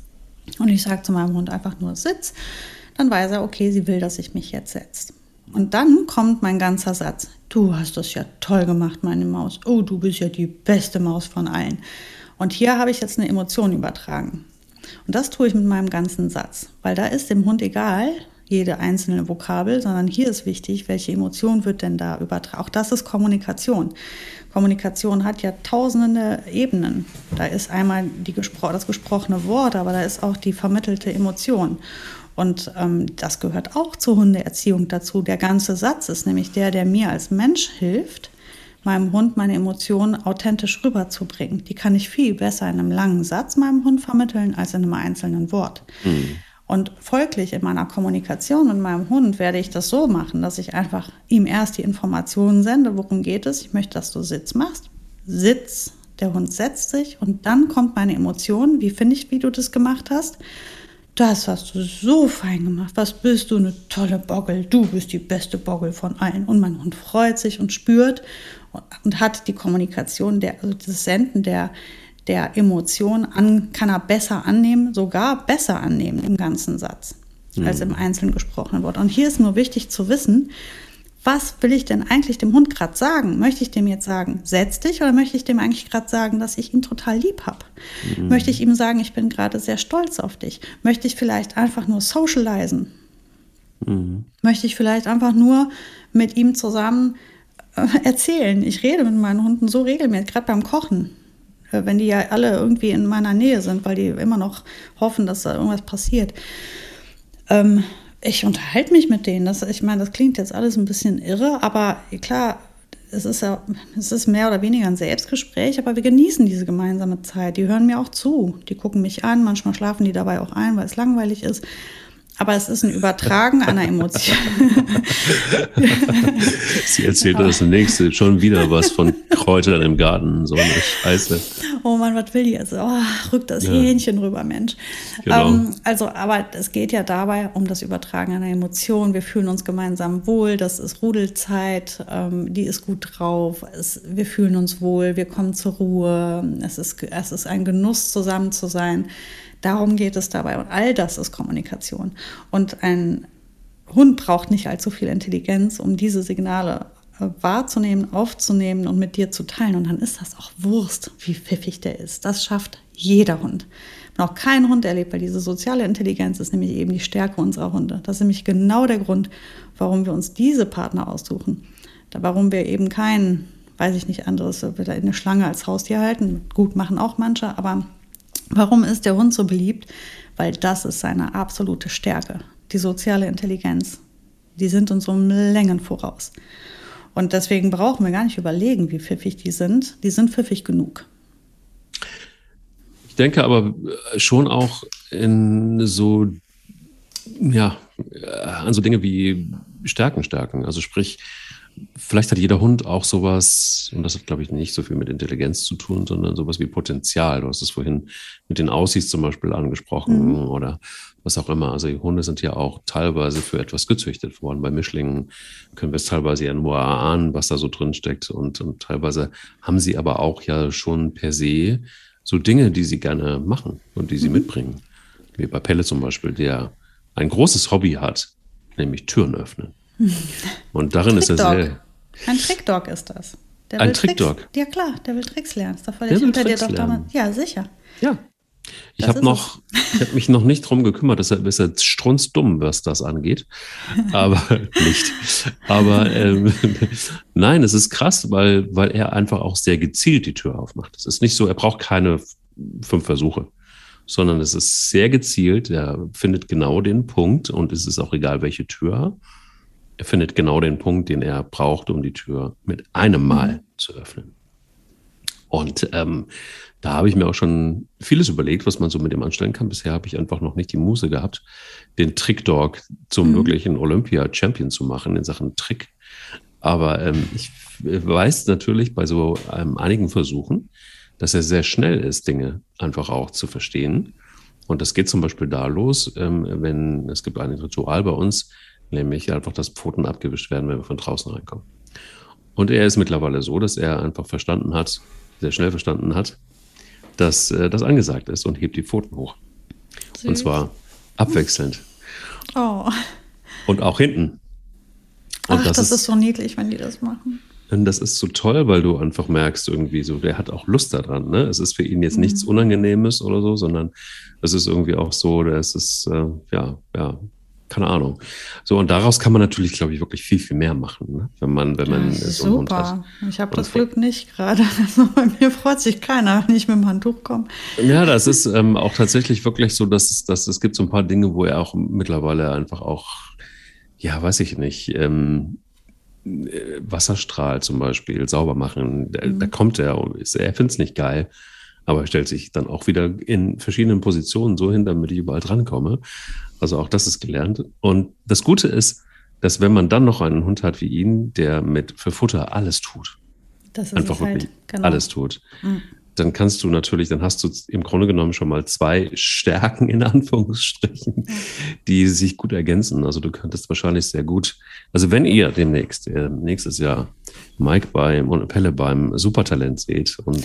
Und ich sage zu meinem Hund einfach nur Sitz. Dann weiß er, okay, sie will, dass ich mich jetzt setze. Und dann kommt mein ganzer Satz. Du hast das ja toll gemacht, meine Maus. Oh, du bist ja die beste Maus von allen. Und hier habe ich jetzt eine Emotion übertragen. Und das tue ich mit meinem ganzen Satz. Weil da ist dem Hund egal, jede einzelne Vokabel, sondern hier ist wichtig, welche Emotion wird denn da übertragen. Auch das ist Kommunikation. Kommunikation hat ja tausende Ebenen. Da ist einmal die gespro- das gesprochene Wort, aber da ist auch die vermittelte Emotion. Und ähm, das gehört auch zur Hundeerziehung dazu. Der ganze Satz ist nämlich der, der mir als Mensch hilft, meinem Hund meine Emotionen authentisch rüberzubringen. Die kann ich viel besser in einem langen Satz meinem Hund vermitteln, als in einem einzelnen Wort. Mhm. Und folglich in meiner Kommunikation mit meinem Hund werde ich das so machen, dass ich einfach ihm erst die Informationen sende, worum geht es. Ich möchte, dass du Sitz machst. Sitz, der Hund setzt sich und dann kommt meine Emotion. Wie finde ich, wie du das gemacht hast? Das hast du so fein gemacht. Was bist du, eine tolle Boggel. Du bist die beste Boggel von allen. Und mein Hund freut sich und spürt und, und hat die Kommunikation, der, also das Senden der, der Emotion an, kann er besser annehmen, sogar besser annehmen im ganzen Satz, mhm. als im einzelnen gesprochenen Wort. Und hier ist nur wichtig zu wissen, was will ich denn eigentlich dem Hund gerade sagen? Möchte ich dem jetzt sagen, setz dich, oder möchte ich dem eigentlich gerade sagen, dass ich ihn total lieb habe? Mhm. Möchte ich ihm sagen, ich bin gerade sehr stolz auf dich? Möchte ich vielleicht einfach nur socialisen? Mhm. Möchte ich vielleicht einfach nur mit ihm zusammen äh, erzählen? Ich rede mit meinen Hunden so regelmäßig, gerade beim Kochen. Äh, wenn die ja alle irgendwie in meiner Nähe sind, weil die immer noch hoffen, dass da irgendwas passiert. Ähm, Ich unterhalte mich mit denen. Das, ich meine, das klingt jetzt alles ein bisschen irre, aber klar, es ist ja, es ist mehr oder weniger ein Selbstgespräch, aber wir genießen diese gemeinsame Zeit. Die hören mir auch zu, die gucken mich an, manchmal schlafen die dabei auch ein, weil es langweilig ist. Aber es ist ein Übertragen einer Emotion. Sie erzählt das nächste, schon wieder was von Kräutern im Garten, so eine Scheiße. Oh Mann, was will die jetzt? Oh, rückt das ja. Hähnchen rüber, Mensch. Genau. Ähm, also, aber es geht ja dabei um das Übertragen einer Emotion. Wir fühlen uns gemeinsam wohl, das ist Rudelzeit, ähm, die ist gut drauf, es, wir fühlen uns wohl, wir kommen zur Ruhe, es ist, es ist ein Genuss, zusammen zu sein. Darum geht es dabei und all das ist Kommunikation. Und ein Hund braucht nicht allzu viel Intelligenz, um diese Signale wahrzunehmen, aufzunehmen und mit dir zu teilen. Und dann ist das auch Wurst, wie pfiffig der ist. Das schafft jeder Hund. Noch kein Hund erlebt, weil diese soziale Intelligenz ist nämlich eben die Stärke unserer Hunde. Das ist nämlich genau der Grund, warum wir uns diese Partner aussuchen. Warum wir eben kein, weiß ich nicht, anderes, eine Schlange als Haustier halten. Gut, machen auch manche, aber Warum ist der Hund so beliebt? Weil das ist seine absolute Stärke, die soziale Intelligenz. Die sind uns um Längen voraus. Und deswegen brauchen wir gar nicht überlegen, wie pfiffig die sind. Die sind pfiffig genug. Ich denke aber schon auch in so, ja, an so Dinge wie Stärken stärken. Also sprich, vielleicht hat jeder Hund auch sowas, und das hat, glaube ich, nicht so viel mit Intelligenz zu tun, sondern sowas wie Potenzial. Du hast es vorhin mit den Aussies zum Beispiel angesprochen mhm. oder was auch immer. Also die Hunde sind ja auch teilweise für etwas gezüchtet worden. Bei Mischlingen können wir es teilweise ja nur erahnen, was da so drin steckt. Und, und teilweise haben sie aber auch ja schon per se so Dinge, die sie gerne machen und die sie mhm. mitbringen. Wie bei Pelle zum Beispiel, der ein großes Hobby hat, nämlich Türen öffnen. Und darin ist er sehr... Ein Trickdog ist das. Der ein will Trickdog? Tricks, ja klar, der will Tricks lernen. Ist der hinter dir doch damals. Ja, sicher. Ja. Ich habe noch, ich habe mich noch nicht drum gekümmert, deshalb ist er strunzdumm, was das angeht. Aber nicht. Aber ähm, nein, es ist krass, weil, weil er einfach auch sehr gezielt die Tür aufmacht. Es ist nicht so, er braucht keine fünf Versuche, sondern es ist sehr gezielt. Er findet genau den Punkt und es ist auch egal, welche Tür. Er findet genau den Punkt, den er braucht, um die Tür mit einem Mal mhm. zu öffnen. Und ähm, da habe ich mir auch schon vieles überlegt, was man so mit ihm anstellen kann. Bisher habe ich einfach noch nicht die Muße gehabt, den Trickdog zum mhm. möglichen Olympia-Champion zu machen in Sachen Trick. Aber ähm, ich weiß natürlich bei so ähm, einigen Versuchen, dass er sehr schnell ist, Dinge einfach auch zu verstehen. Und das geht zum Beispiel da los, ähm, wenn es gibt ein Ritual bei uns, nämlich einfach, dass Pfoten abgewischt werden, wenn wir von draußen reinkommen. Und er ist mittlerweile so, dass er einfach verstanden hat, sehr schnell verstanden hat, dass äh, das angesagt ist und hebt die Pfoten hoch. Süß. Und zwar abwechselnd. Oh. Und auch hinten. Und Ach, das, das ist, ist so niedlich, wenn die das machen. Und das ist so toll, weil du einfach merkst irgendwie so, der hat auch Lust daran. Ne? Es ist für ihn jetzt mhm. nichts Unangenehmes oder so, sondern es ist irgendwie auch so, dass es, äh, ja, ja, keine Ahnung. So, und daraus kann man natürlich, glaube ich, wirklich viel, viel mehr machen, ne? wenn man, wenn man ja, so einen Hund hat. Super. Ich habe das Glück nicht gerade. Also bei mir freut sich keiner, wenn ich mit dem Handtuch komme. Ja, das ist ähm, auch tatsächlich wirklich so, dass, es, dass es gibt so ein paar Dinge, wo er auch mittlerweile einfach auch, ja, weiß ich nicht, ähm, Wasserstrahl zum Beispiel sauber machen. Da, mhm. da kommt er und ist, er findet es nicht geil. Aber er stellt sich dann auch wieder in verschiedenen Positionen so hin, damit ich überall drankomme. Also auch das ist gelernt. Und das Gute ist, dass wenn man dann noch einen Hund hat wie ihn, der mit für Futter alles tut, das ist einfach wirklich halt, genau. alles tut, mhm. dann kannst du natürlich, dann hast du im Grunde genommen schon mal zwei Stärken in Anführungsstrichen, mhm. die sich gut ergänzen. Also du könntest wahrscheinlich sehr gut, also wenn ihr demnächst, äh, nächstes Jahr Mike beim und Pelle beim Supertalent seht und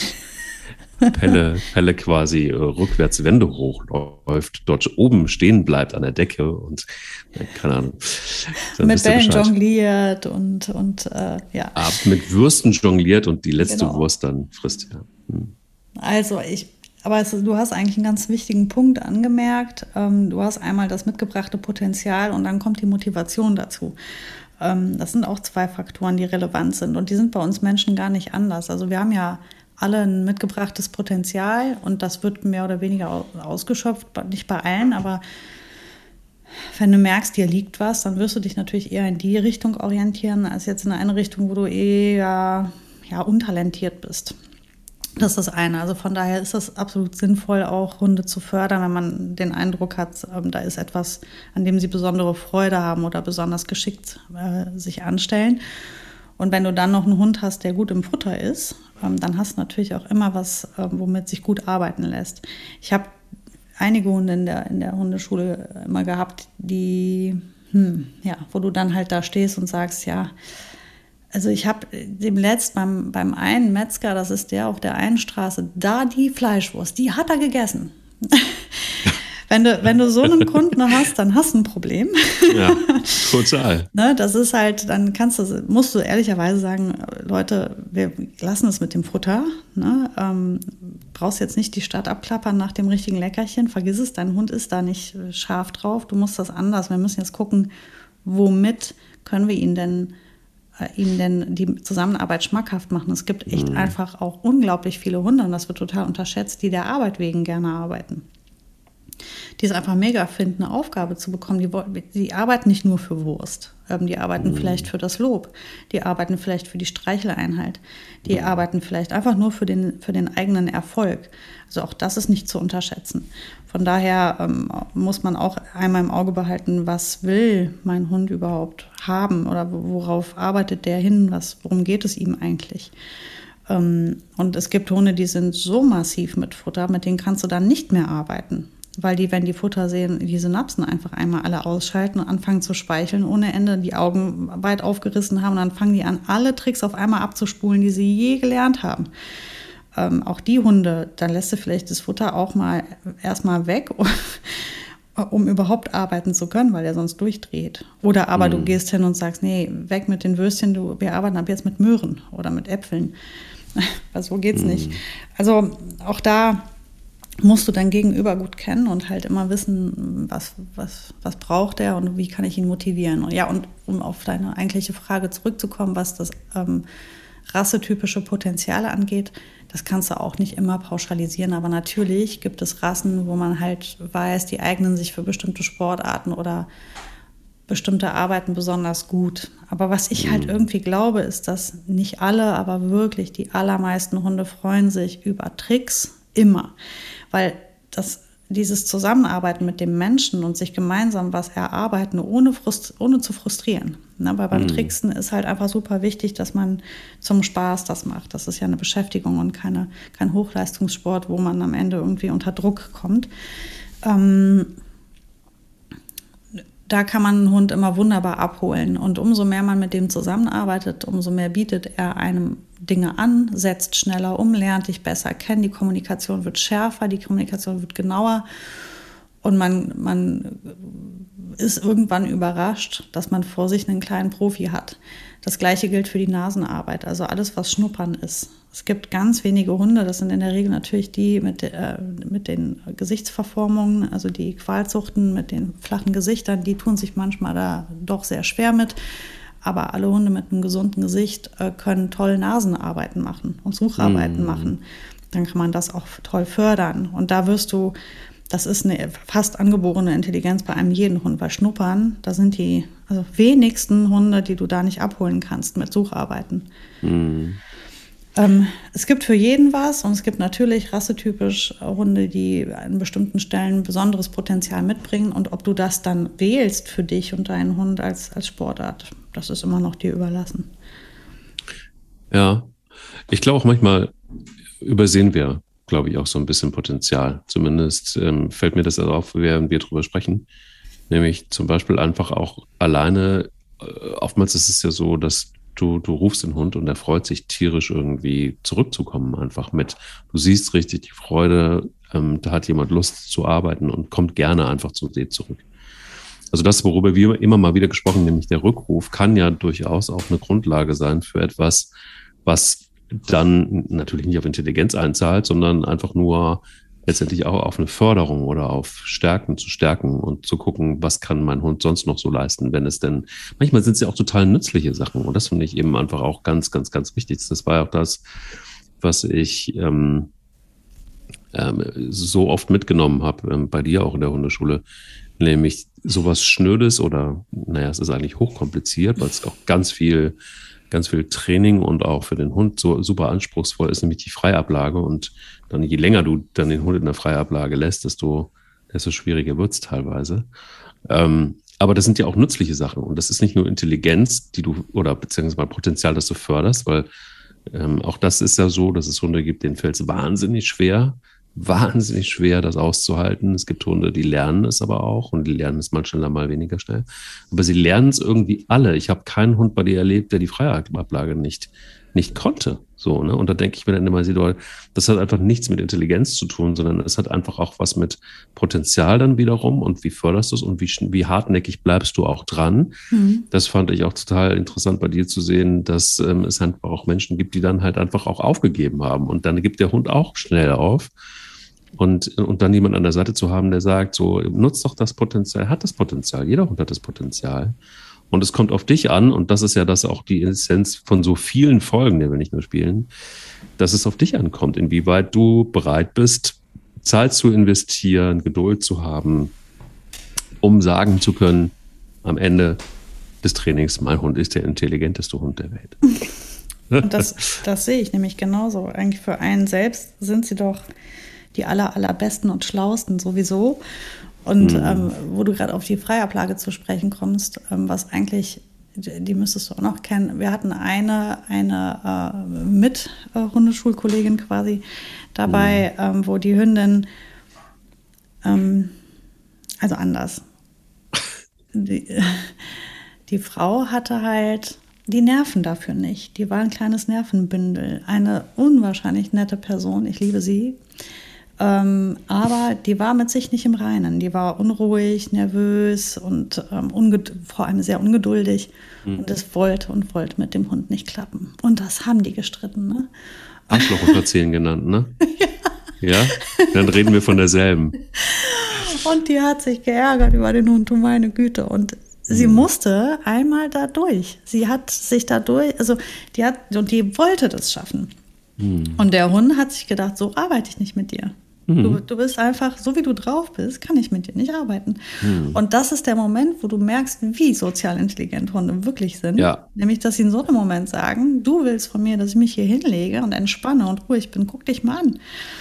Pelle, Pelle quasi äh, rückwärts Wände hochläuft, dort oben stehen bleibt an der Decke und äh, keine Ahnung. Mit Bällen jongliert und, und äh, ja. Ab mit Würsten jongliert und die letzte genau. Wurst dann frisst. Ja. Hm. Also ich, aber es, du hast eigentlich einen ganz wichtigen Punkt angemerkt. Ähm, du hast einmal das mitgebrachte Potenzial und dann kommt die Motivation dazu. Ähm, das sind auch zwei Faktoren, die relevant sind und die sind bei uns Menschen gar nicht anders. Also wir haben ja alle ein mitgebrachtes Potenzial und das wird mehr oder weniger ausgeschöpft, nicht bei allen, aber wenn du merkst, dir liegt was, dann wirst du dich natürlich eher in die Richtung orientieren, als jetzt in eine Richtung, wo du eher ja, untalentiert bist. Das ist das eine. Also von daher ist es absolut sinnvoll, auch Hunde zu fördern, wenn man den Eindruck hat, da ist etwas, an dem sie besondere Freude haben oder besonders geschickt äh, sich anstellen. Und wenn du dann noch einen Hund hast, der gut im Futter ist, ähm, dann hast du natürlich auch immer was, ähm, womit sich gut arbeiten lässt. Ich habe einige Hunde in der, in der Hundeschule immer gehabt, die, hm, ja, wo du dann halt da stehst und sagst, ja, also ich habe dem letzt beim, beim einen Metzger, das ist der auf der einen Straße, da die Fleischwurst, die hat er gegessen. Wenn du, wenn du so einen Kunden hast, dann hast du ein Problem. Ja, total. Ne, das ist halt, dann kannst du, musst du ehrlicherweise sagen, Leute, wir lassen es mit dem Futter. Ne? Ähm, brauchst jetzt nicht die Stadt abklappern nach dem richtigen Leckerchen. Vergiss es, dein Hund ist da nicht scharf drauf. Du musst das anders. Wir müssen jetzt gucken, womit können wir ihn denn äh, ihm denn die Zusammenarbeit schmackhaft machen. Es gibt echt Mhm. einfach auch unglaublich viele Hunde, und das wird total unterschätzt, die der Arbeit wegen gerne arbeiten. Die es einfach mega finden, eine Aufgabe zu bekommen. Die, die arbeiten nicht nur für Wurst. Ähm, die arbeiten mhm. vielleicht für das Lob. Die arbeiten vielleicht für die Streicheleinheit. Die mhm. arbeiten vielleicht einfach nur für den, für den eigenen Erfolg. Also auch das ist nicht zu unterschätzen. Von daher ähm, muss man auch einmal im Auge behalten, was will mein Hund überhaupt haben oder worauf arbeitet der hin, was, worum geht es ihm eigentlich. Ähm, und es gibt Hunde, die sind so massiv mit Futter, mit denen kannst du dann nicht mehr arbeiten. Weil die, wenn die Futter sehen, die Synapsen einfach einmal alle ausschalten und anfangen zu speicheln ohne Ende, die Augen weit aufgerissen haben, und dann fangen die an, alle Tricks auf einmal abzuspulen, die sie je gelernt haben. Ähm, auch die Hunde, dann lässt du vielleicht das Futter auch mal erstmal weg, um überhaupt arbeiten zu können, weil der sonst durchdreht. Oder aber mhm. du gehst hin und sagst, nee, weg mit den Würstchen, du, wir arbeiten ab jetzt mit Möhren oder mit Äpfeln. Also so geht's mhm. nicht. Also auch da musst du dein Gegenüber gut kennen und halt immer wissen, was, was, was braucht er und wie kann ich ihn motivieren. Und ja, und um auf deine eigentliche Frage zurückzukommen, was das ähm, rassetypische Potenziale angeht, das kannst du auch nicht immer pauschalisieren, aber natürlich gibt es Rassen, wo man halt weiß, die eignen sich für bestimmte Sportarten oder bestimmte Arbeiten besonders gut. Aber was ich halt irgendwie glaube, ist, dass nicht alle, aber wirklich die allermeisten Hunde freuen sich über Tricks immer. Weil das, dieses Zusammenarbeiten mit dem Menschen und sich gemeinsam was erarbeiten, ohne, frust, ohne zu frustrieren. Ne? Weil beim mhm. Tricksen ist halt einfach super wichtig, dass man zum Spaß das macht. Das ist ja eine Beschäftigung und keine, kein Hochleistungssport, wo man am Ende irgendwie unter Druck kommt. Ähm, da kann man einen Hund immer wunderbar abholen. Und umso mehr man mit dem zusammenarbeitet, umso mehr bietet er einem Dinge an, setzt schneller um, lernt dich besser kennen, die Kommunikation wird schärfer, die Kommunikation wird genauer und man, man ist irgendwann überrascht, dass man vor sich einen kleinen Profi hat. Das Gleiche gilt für die Nasenarbeit, also alles, was Schnuppern ist. Es gibt ganz wenige Hunde, das sind in der Regel natürlich die mit, äh, mit den Gesichtsverformungen, also die Qualzuchten mit den flachen Gesichtern, die tun sich manchmal da doch sehr schwer mit. Aber alle Hunde mit einem gesunden Gesicht äh, können toll Nasenarbeiten machen und Sucharbeiten mm. machen. Dann kann man das auch toll fördern. Und da wirst du, das ist eine fast angeborene Intelligenz bei einem jeden Hund. Bei Schnuppern, da sind die also wenigsten Hunde, die du da nicht abholen kannst mit Sucharbeiten. Mm. Ähm, es gibt für jeden was und es gibt natürlich rassetypisch Hunde, die an bestimmten Stellen besonderes Potenzial mitbringen. Und ob du das dann wählst für dich und deinen Hund als, als Sportart, das ist immer noch dir überlassen. Ja, ich glaube auch manchmal übersehen wir, glaube ich, auch so ein bisschen Potenzial. Zumindest ähm, fällt mir das auf, während wir drüber sprechen. Nämlich zum Beispiel einfach auch alleine, äh, oftmals ist es ja so, dass Du, du rufst den Hund und er freut sich tierisch irgendwie zurückzukommen einfach mit. Du siehst richtig die Freude, ähm, da hat jemand Lust zu arbeiten und kommt gerne einfach zu dir zurück. Also das, worüber wir immer mal wieder gesprochen haben, nämlich der Rückruf, kann ja durchaus auch eine Grundlage sein für etwas, was dann natürlich nicht auf Intelligenz einzahlt, sondern einfach nur letztendlich auch auf eine Förderung oder auf Stärken zu stärken und zu gucken, was kann mein Hund sonst noch so leisten, wenn es denn, manchmal sind es ja auch total nützliche Sachen und das finde ich eben einfach auch ganz, ganz, ganz wichtig. Das war auch das, was ich ähm, ähm, so oft mitgenommen habe, ähm, bei dir auch in der Hundeschule, nämlich sowas Schnödes oder, naja, es ist eigentlich hochkompliziert, weil es auch ganz viel ganz viel Training und auch für den Hund so super anspruchsvoll ist, nämlich die Freiablage. Und dann je länger du dann den Hund in der Freiablage lässt, desto, desto schwieriger wird es teilweise. Ähm, aber das sind ja auch nützliche Sachen. Und das ist nicht nur Intelligenz, die du, oder beziehungsweise Potenzial, das du förderst, weil ähm, auch das ist ja so, dass es Hunde gibt, denen fällt es wahnsinnig schwer, wahnsinnig schwer, das auszuhalten. Es gibt Hunde, die lernen es aber auch und die lernen es mal schneller, mal weniger schnell. Aber sie lernen es irgendwie alle. Ich habe keinen Hund bei dir erlebt, der die Freiablage nicht, nicht konnte. So, ne? Und da denke ich mir dann immer, das hat einfach nichts mit Intelligenz zu tun, sondern es hat einfach auch was mit Potenzial dann wiederum und wie förderst du es und wie, wie hartnäckig bleibst du auch dran. Mhm. Das fand ich auch total interessant bei dir zu sehen, dass ähm, es einfach auch Menschen gibt, die dann halt einfach auch aufgegeben haben und dann gibt der Hund auch schnell auf. Und, und dann jemand an der Seite zu haben, der sagt, so, nutzt doch das Potenzial, hat das Potenzial, jeder Hund hat das Potenzial. Und es kommt auf dich an, und das ist ja das auch die Essenz von so vielen Folgen, die wir nicht nur spielen, dass es auf dich ankommt, inwieweit du bereit bist, Zeit zu investieren, Geduld zu haben, um sagen zu können, am Ende des Trainings, mein Hund ist der intelligenteste Hund der Welt. Und das, das sehe ich nämlich genauso. Eigentlich für einen selbst sind sie doch die aller, allerbesten und schlauesten sowieso. Und mhm. ähm, wo du gerade auf die Freiablage zu sprechen kommst, ähm, was eigentlich, die müsstest du auch noch kennen. Wir hatten eine, eine äh, Mit-Hundeschulkollegin quasi dabei, mhm. ähm, wo die Hündin, ähm, also anders, die, die Frau hatte halt die Nerven dafür nicht. Die war ein kleines Nervenbündel. Eine unwahrscheinlich nette Person, ich liebe sie. Ähm, aber die war mit sich nicht im Reinen. Die war unruhig, nervös und ähm, unged- vor allem sehr ungeduldig. Mhm. Und es wollte und wollte mit dem Hund nicht klappen. Und das haben die gestritten. Ne? Arschloch unter zehn genannt, ne? Ja. Ja? Dann reden wir von derselben. Und die hat sich geärgert über den Hund, du meine Güte. Und sie mhm. musste einmal da durch. Sie hat sich da durch, also die hat, und die wollte das schaffen. Mhm. Und der Hund hat sich gedacht, so arbeite ich nicht mit dir. Mhm. Du, du bist einfach, so wie du drauf bist, kann ich mit dir nicht arbeiten. Mhm. Und das ist der Moment, wo du merkst, wie sozial intelligent Hunde wirklich sind. Ja. Nämlich, dass sie in so einem Moment sagen, du willst von mir, dass ich mich hier hinlege und entspanne und ruhig bin, guck dich mal an.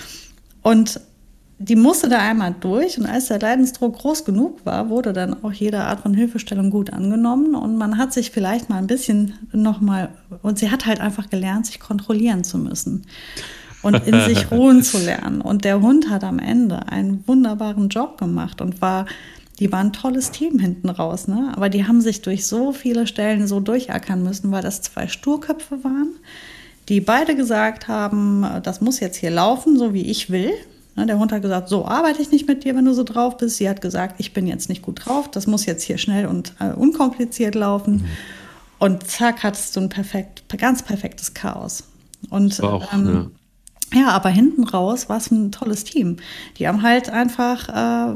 Und die musste da einmal durch, und als der Leidensdruck groß genug war, wurde dann auch jede Art von Hilfestellung gut angenommen, und man hat sich vielleicht mal ein bisschen nochmal, und sie hat halt einfach gelernt, sich kontrollieren zu müssen und in sich ruhen zu lernen. Und der Hund hat am Ende einen wunderbaren Job gemacht und war, die war ein tolles Team hinten raus, ne? Aber die haben sich durch so viele Stellen so durchackern müssen, weil das zwei Sturköpfe waren, die beide gesagt haben, das muss jetzt hier laufen, so wie ich will. Der Hund hat gesagt, so arbeite ich nicht mit dir, wenn du so drauf bist. Sie hat gesagt, ich bin jetzt nicht gut drauf, das muss jetzt hier schnell und äh, unkompliziert laufen. Mhm. Und zack, hattest du ein perfekt, ganz perfektes Chaos. Und auch, ähm, ja. ja, aber hinten raus war es ein tolles Team. Die haben halt einfach äh,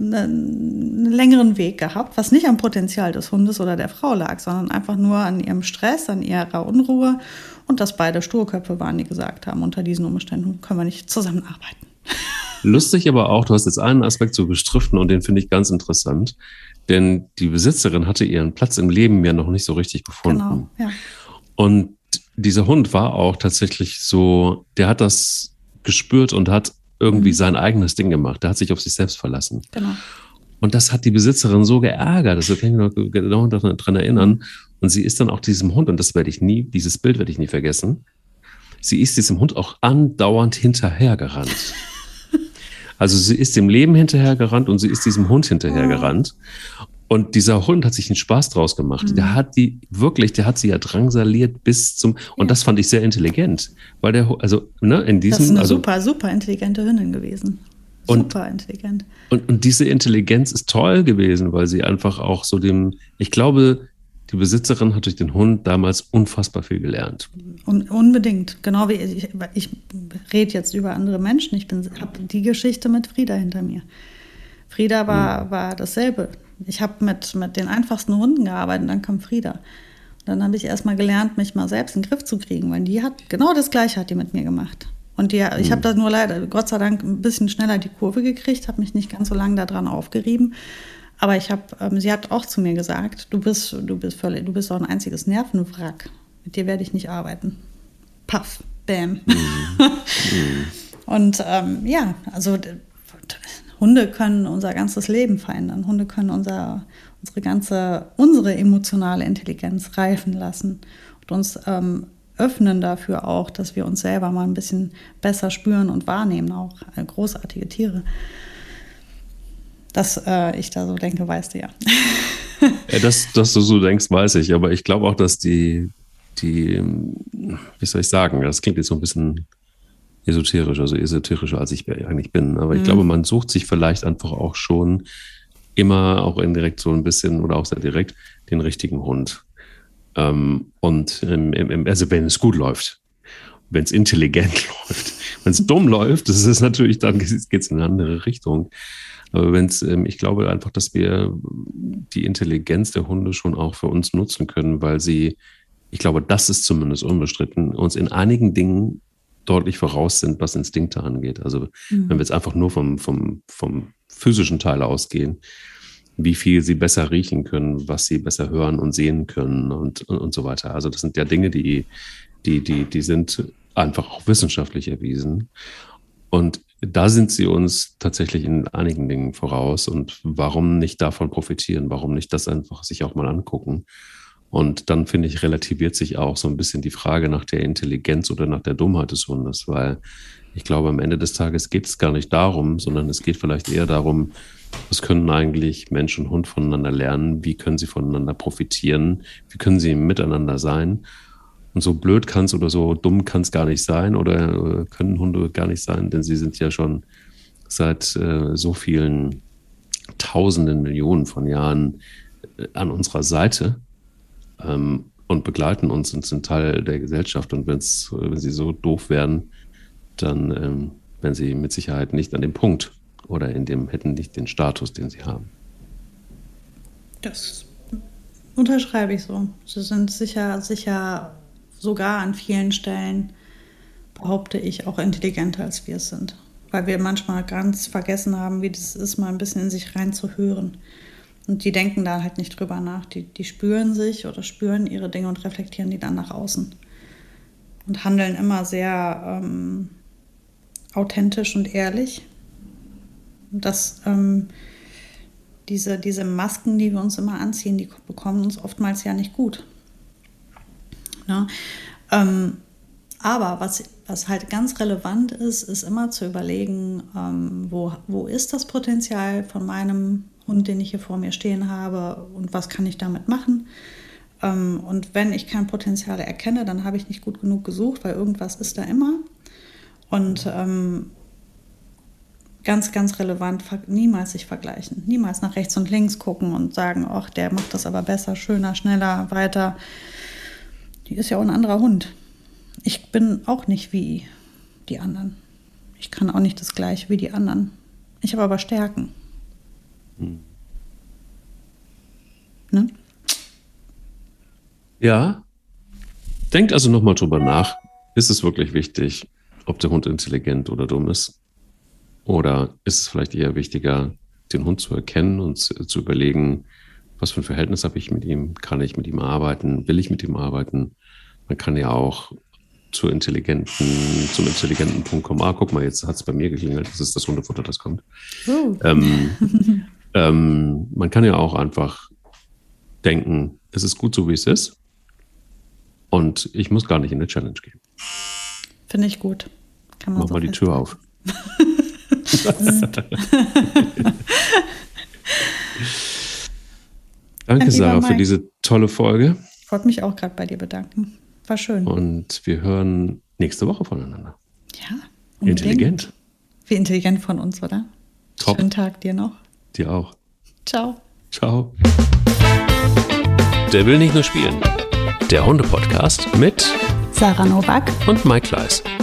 einen längeren Weg gehabt, was nicht am Potenzial des Hundes oder der Frau lag, sondern einfach nur an ihrem Stress, an ihrer Unruhe, und dass beide Sturköpfe waren, die gesagt haben, unter diesen Umständen können wir nicht zusammenarbeiten. Lustig aber auch, du hast jetzt einen Aspekt so gestriffen, und den finde ich ganz interessant, denn die Besitzerin hatte ihren Platz im Leben ja noch nicht so richtig gefunden. Genau, ja. Und dieser Hund war auch tatsächlich so, der hat das gespürt und hat irgendwie mhm. sein eigenes Ding gemacht. Der hat sich auf sich selbst verlassen. Genau. Und das hat die Besitzerin so geärgert, das kann ich mich noch genau daran erinnern. Und sie ist dann auch diesem Hund, und das werde ich nie, dieses Bild werde ich nie vergessen, sie ist diesem Hund auch andauernd hinterhergerannt. Also sie ist dem Leben hinterhergerannt und sie ist diesem Hund hinterhergerannt. Und dieser Hund hat sich einen Spaß draus gemacht. Mhm. Der hat die wirklich, der hat sie ja drangsaliert bis zum, und ja. das fand ich sehr intelligent. Weil der, also, ne, in diesem. Das ist eine also, super, super intelligente Hündin gewesen. Und, super intelligent. Und, und diese Intelligenz ist toll gewesen, weil sie einfach auch so dem, ich glaube, die Besitzerin hat durch den Hund damals unfassbar viel gelernt. Un, unbedingt. Genau wie ich, ich rede jetzt über andere Menschen. Ich habe die Geschichte mit Frieda hinter mir. Frieda war, mhm. war dasselbe. Ich habe mit, mit den einfachsten Hunden gearbeitet, und dann kam Frieda. Und dann habe ich erst mal gelernt, mich mal selbst in den Griff zu kriegen, weil die hat genau das Gleiche hat die mit mir gemacht. Und die, ich mhm. habe da nur leider, Gott sei Dank, ein bisschen schneller die Kurve gekriegt, habe mich nicht ganz so lange daran aufgerieben. Aber ich habe, ähm, sie hat auch zu mir gesagt, du bist, du bist völlig, du bist doch ein einziges Nervenwrack. Mit dir werde ich nicht arbeiten. Paff, bam. Mhm. mhm. Und ähm, ja, also Hunde können unser ganzes Leben verändern. Hunde können unser, unsere ganze, unsere emotionale Intelligenz reifen lassen und uns ähm, öffnen dafür auch, dass wir uns selber mal ein bisschen besser spüren und wahrnehmen, auch äh, großartige Tiere. Dass äh, ich da so denke, weißt du ja. ja dass, dass du so denkst, weiß ich. Aber ich glaube auch, dass die, die, wie soll ich sagen, das klingt jetzt so ein bisschen esoterisch, also esoterischer, als ich eigentlich bin. Aber ich mhm. glaube, man sucht sich vielleicht einfach auch schon immer, auch indirekt so ein bisschen oder auch sehr direkt, den richtigen Hund. Ähm, und im, im, also wenn es gut läuft, wenn es intelligent läuft, wenn es dumm läuft, das ist natürlich, dann geht es in eine andere Richtung. Aber wenn's, ähm, ich glaube einfach, dass wir die Intelligenz der Hunde schon auch für uns nutzen können, weil sie, ich glaube, das ist zumindest unbestritten, uns in einigen Dingen deutlich voraus sind, was Instinkte angeht. Also mhm. wenn wir jetzt einfach nur vom, vom, vom physischen Teil ausgehen, wie viel sie besser riechen können, was sie besser hören und sehen können und, und, und so weiter. Also das sind ja Dinge, die, die, die, die sind einfach auch wissenschaftlich erwiesen. Und da sind sie uns tatsächlich in einigen Dingen voraus. Und warum nicht davon profitieren? Warum nicht das einfach sich auch mal angucken? Und dann, finde ich, relativiert sich auch so ein bisschen die Frage nach der Intelligenz oder nach der Dummheit des Hundes, weil ich glaube, am Ende des Tages geht es gar nicht darum, sondern es geht vielleicht eher darum, was können eigentlich Mensch und Hund voneinander lernen? Wie können sie voneinander profitieren? Wie können sie miteinander sein? Und so blöd kann es oder so dumm kann es gar nicht sein oder können Hunde gar nicht sein, denn sie sind ja schon seit äh, so vielen Tausenden, Millionen von Jahren äh, an unserer Seite ähm, und begleiten uns und sind Teil der Gesellschaft. Und wenn's, wenn sie so doof wären, dann ähm, wären sie mit Sicherheit nicht an dem Punkt oder in dem hätten nicht den Status, den sie haben. Das unterschreibe ich so. Sie sind sicher, sicher sogar an vielen Stellen, behaupte ich, auch intelligenter als wir es sind. Weil wir manchmal ganz vergessen haben, wie das ist, mal ein bisschen in sich reinzuhören. Und die denken da halt nicht drüber nach. Die, die spüren sich oder spüren ihre Dinge und reflektieren die dann nach außen. Und handeln immer sehr ähm, authentisch und ehrlich. Und das, ähm, diese, diese Masken, die wir uns immer anziehen, die bekommen uns oftmals ja nicht gut. Ja, ähm, aber was, was halt ganz relevant ist, ist immer zu überlegen, ähm, wo, wo ist das Potenzial von meinem Hund, den ich hier vor mir stehen habe und was kann ich damit machen. Ähm, und wenn ich kein Potenzial erkenne, dann habe ich nicht gut genug gesucht, weil irgendwas ist da immer. Und ähm, ganz, ganz relevant, niemals sich vergleichen, niemals nach rechts und links gucken und sagen, ach, der macht das aber besser, schöner, schneller, weiter. Die ist ja auch ein anderer Hund. Ich bin auch nicht wie die anderen. Ich kann auch nicht das Gleiche wie die anderen. Ich habe aber Stärken. Hm. Ne? Ja. Denkt also nochmal drüber nach. Ist es wirklich wichtig, ob der Hund intelligent oder dumm ist? Oder ist es vielleicht eher wichtiger, den Hund zu erkennen und zu überlegen, was für ein Verhältnis habe ich mit ihm? Kann ich mit ihm arbeiten? Will ich mit ihm arbeiten? Man kann ja auch zur intelligenten, zum intelligenten Punkt kommen. Ah, guck mal, jetzt hat es bei mir geklingelt. Das ist das Hundefutter, das kommt. Oh. Ähm, ähm, man kann ja auch einfach denken, es ist gut so, wie es ist. Und ich muss gar nicht in eine Challenge gehen. Finde ich gut. Kann man Mach so mal die Tür auf. Danke, Sarah, für diese tolle Folge. Ich wollte mich auch gerade bei dir bedanken. War schön. Und wir hören nächste Woche voneinander. Ja. Unbedingt. Intelligent. Wie intelligent von uns, oder? Top. Schönen Tag dir noch. Dir auch. Ciao. Ciao. Der will nicht nur spielen. Der Hunde-Podcast mit Sarah Nowak und Mike Kleiss.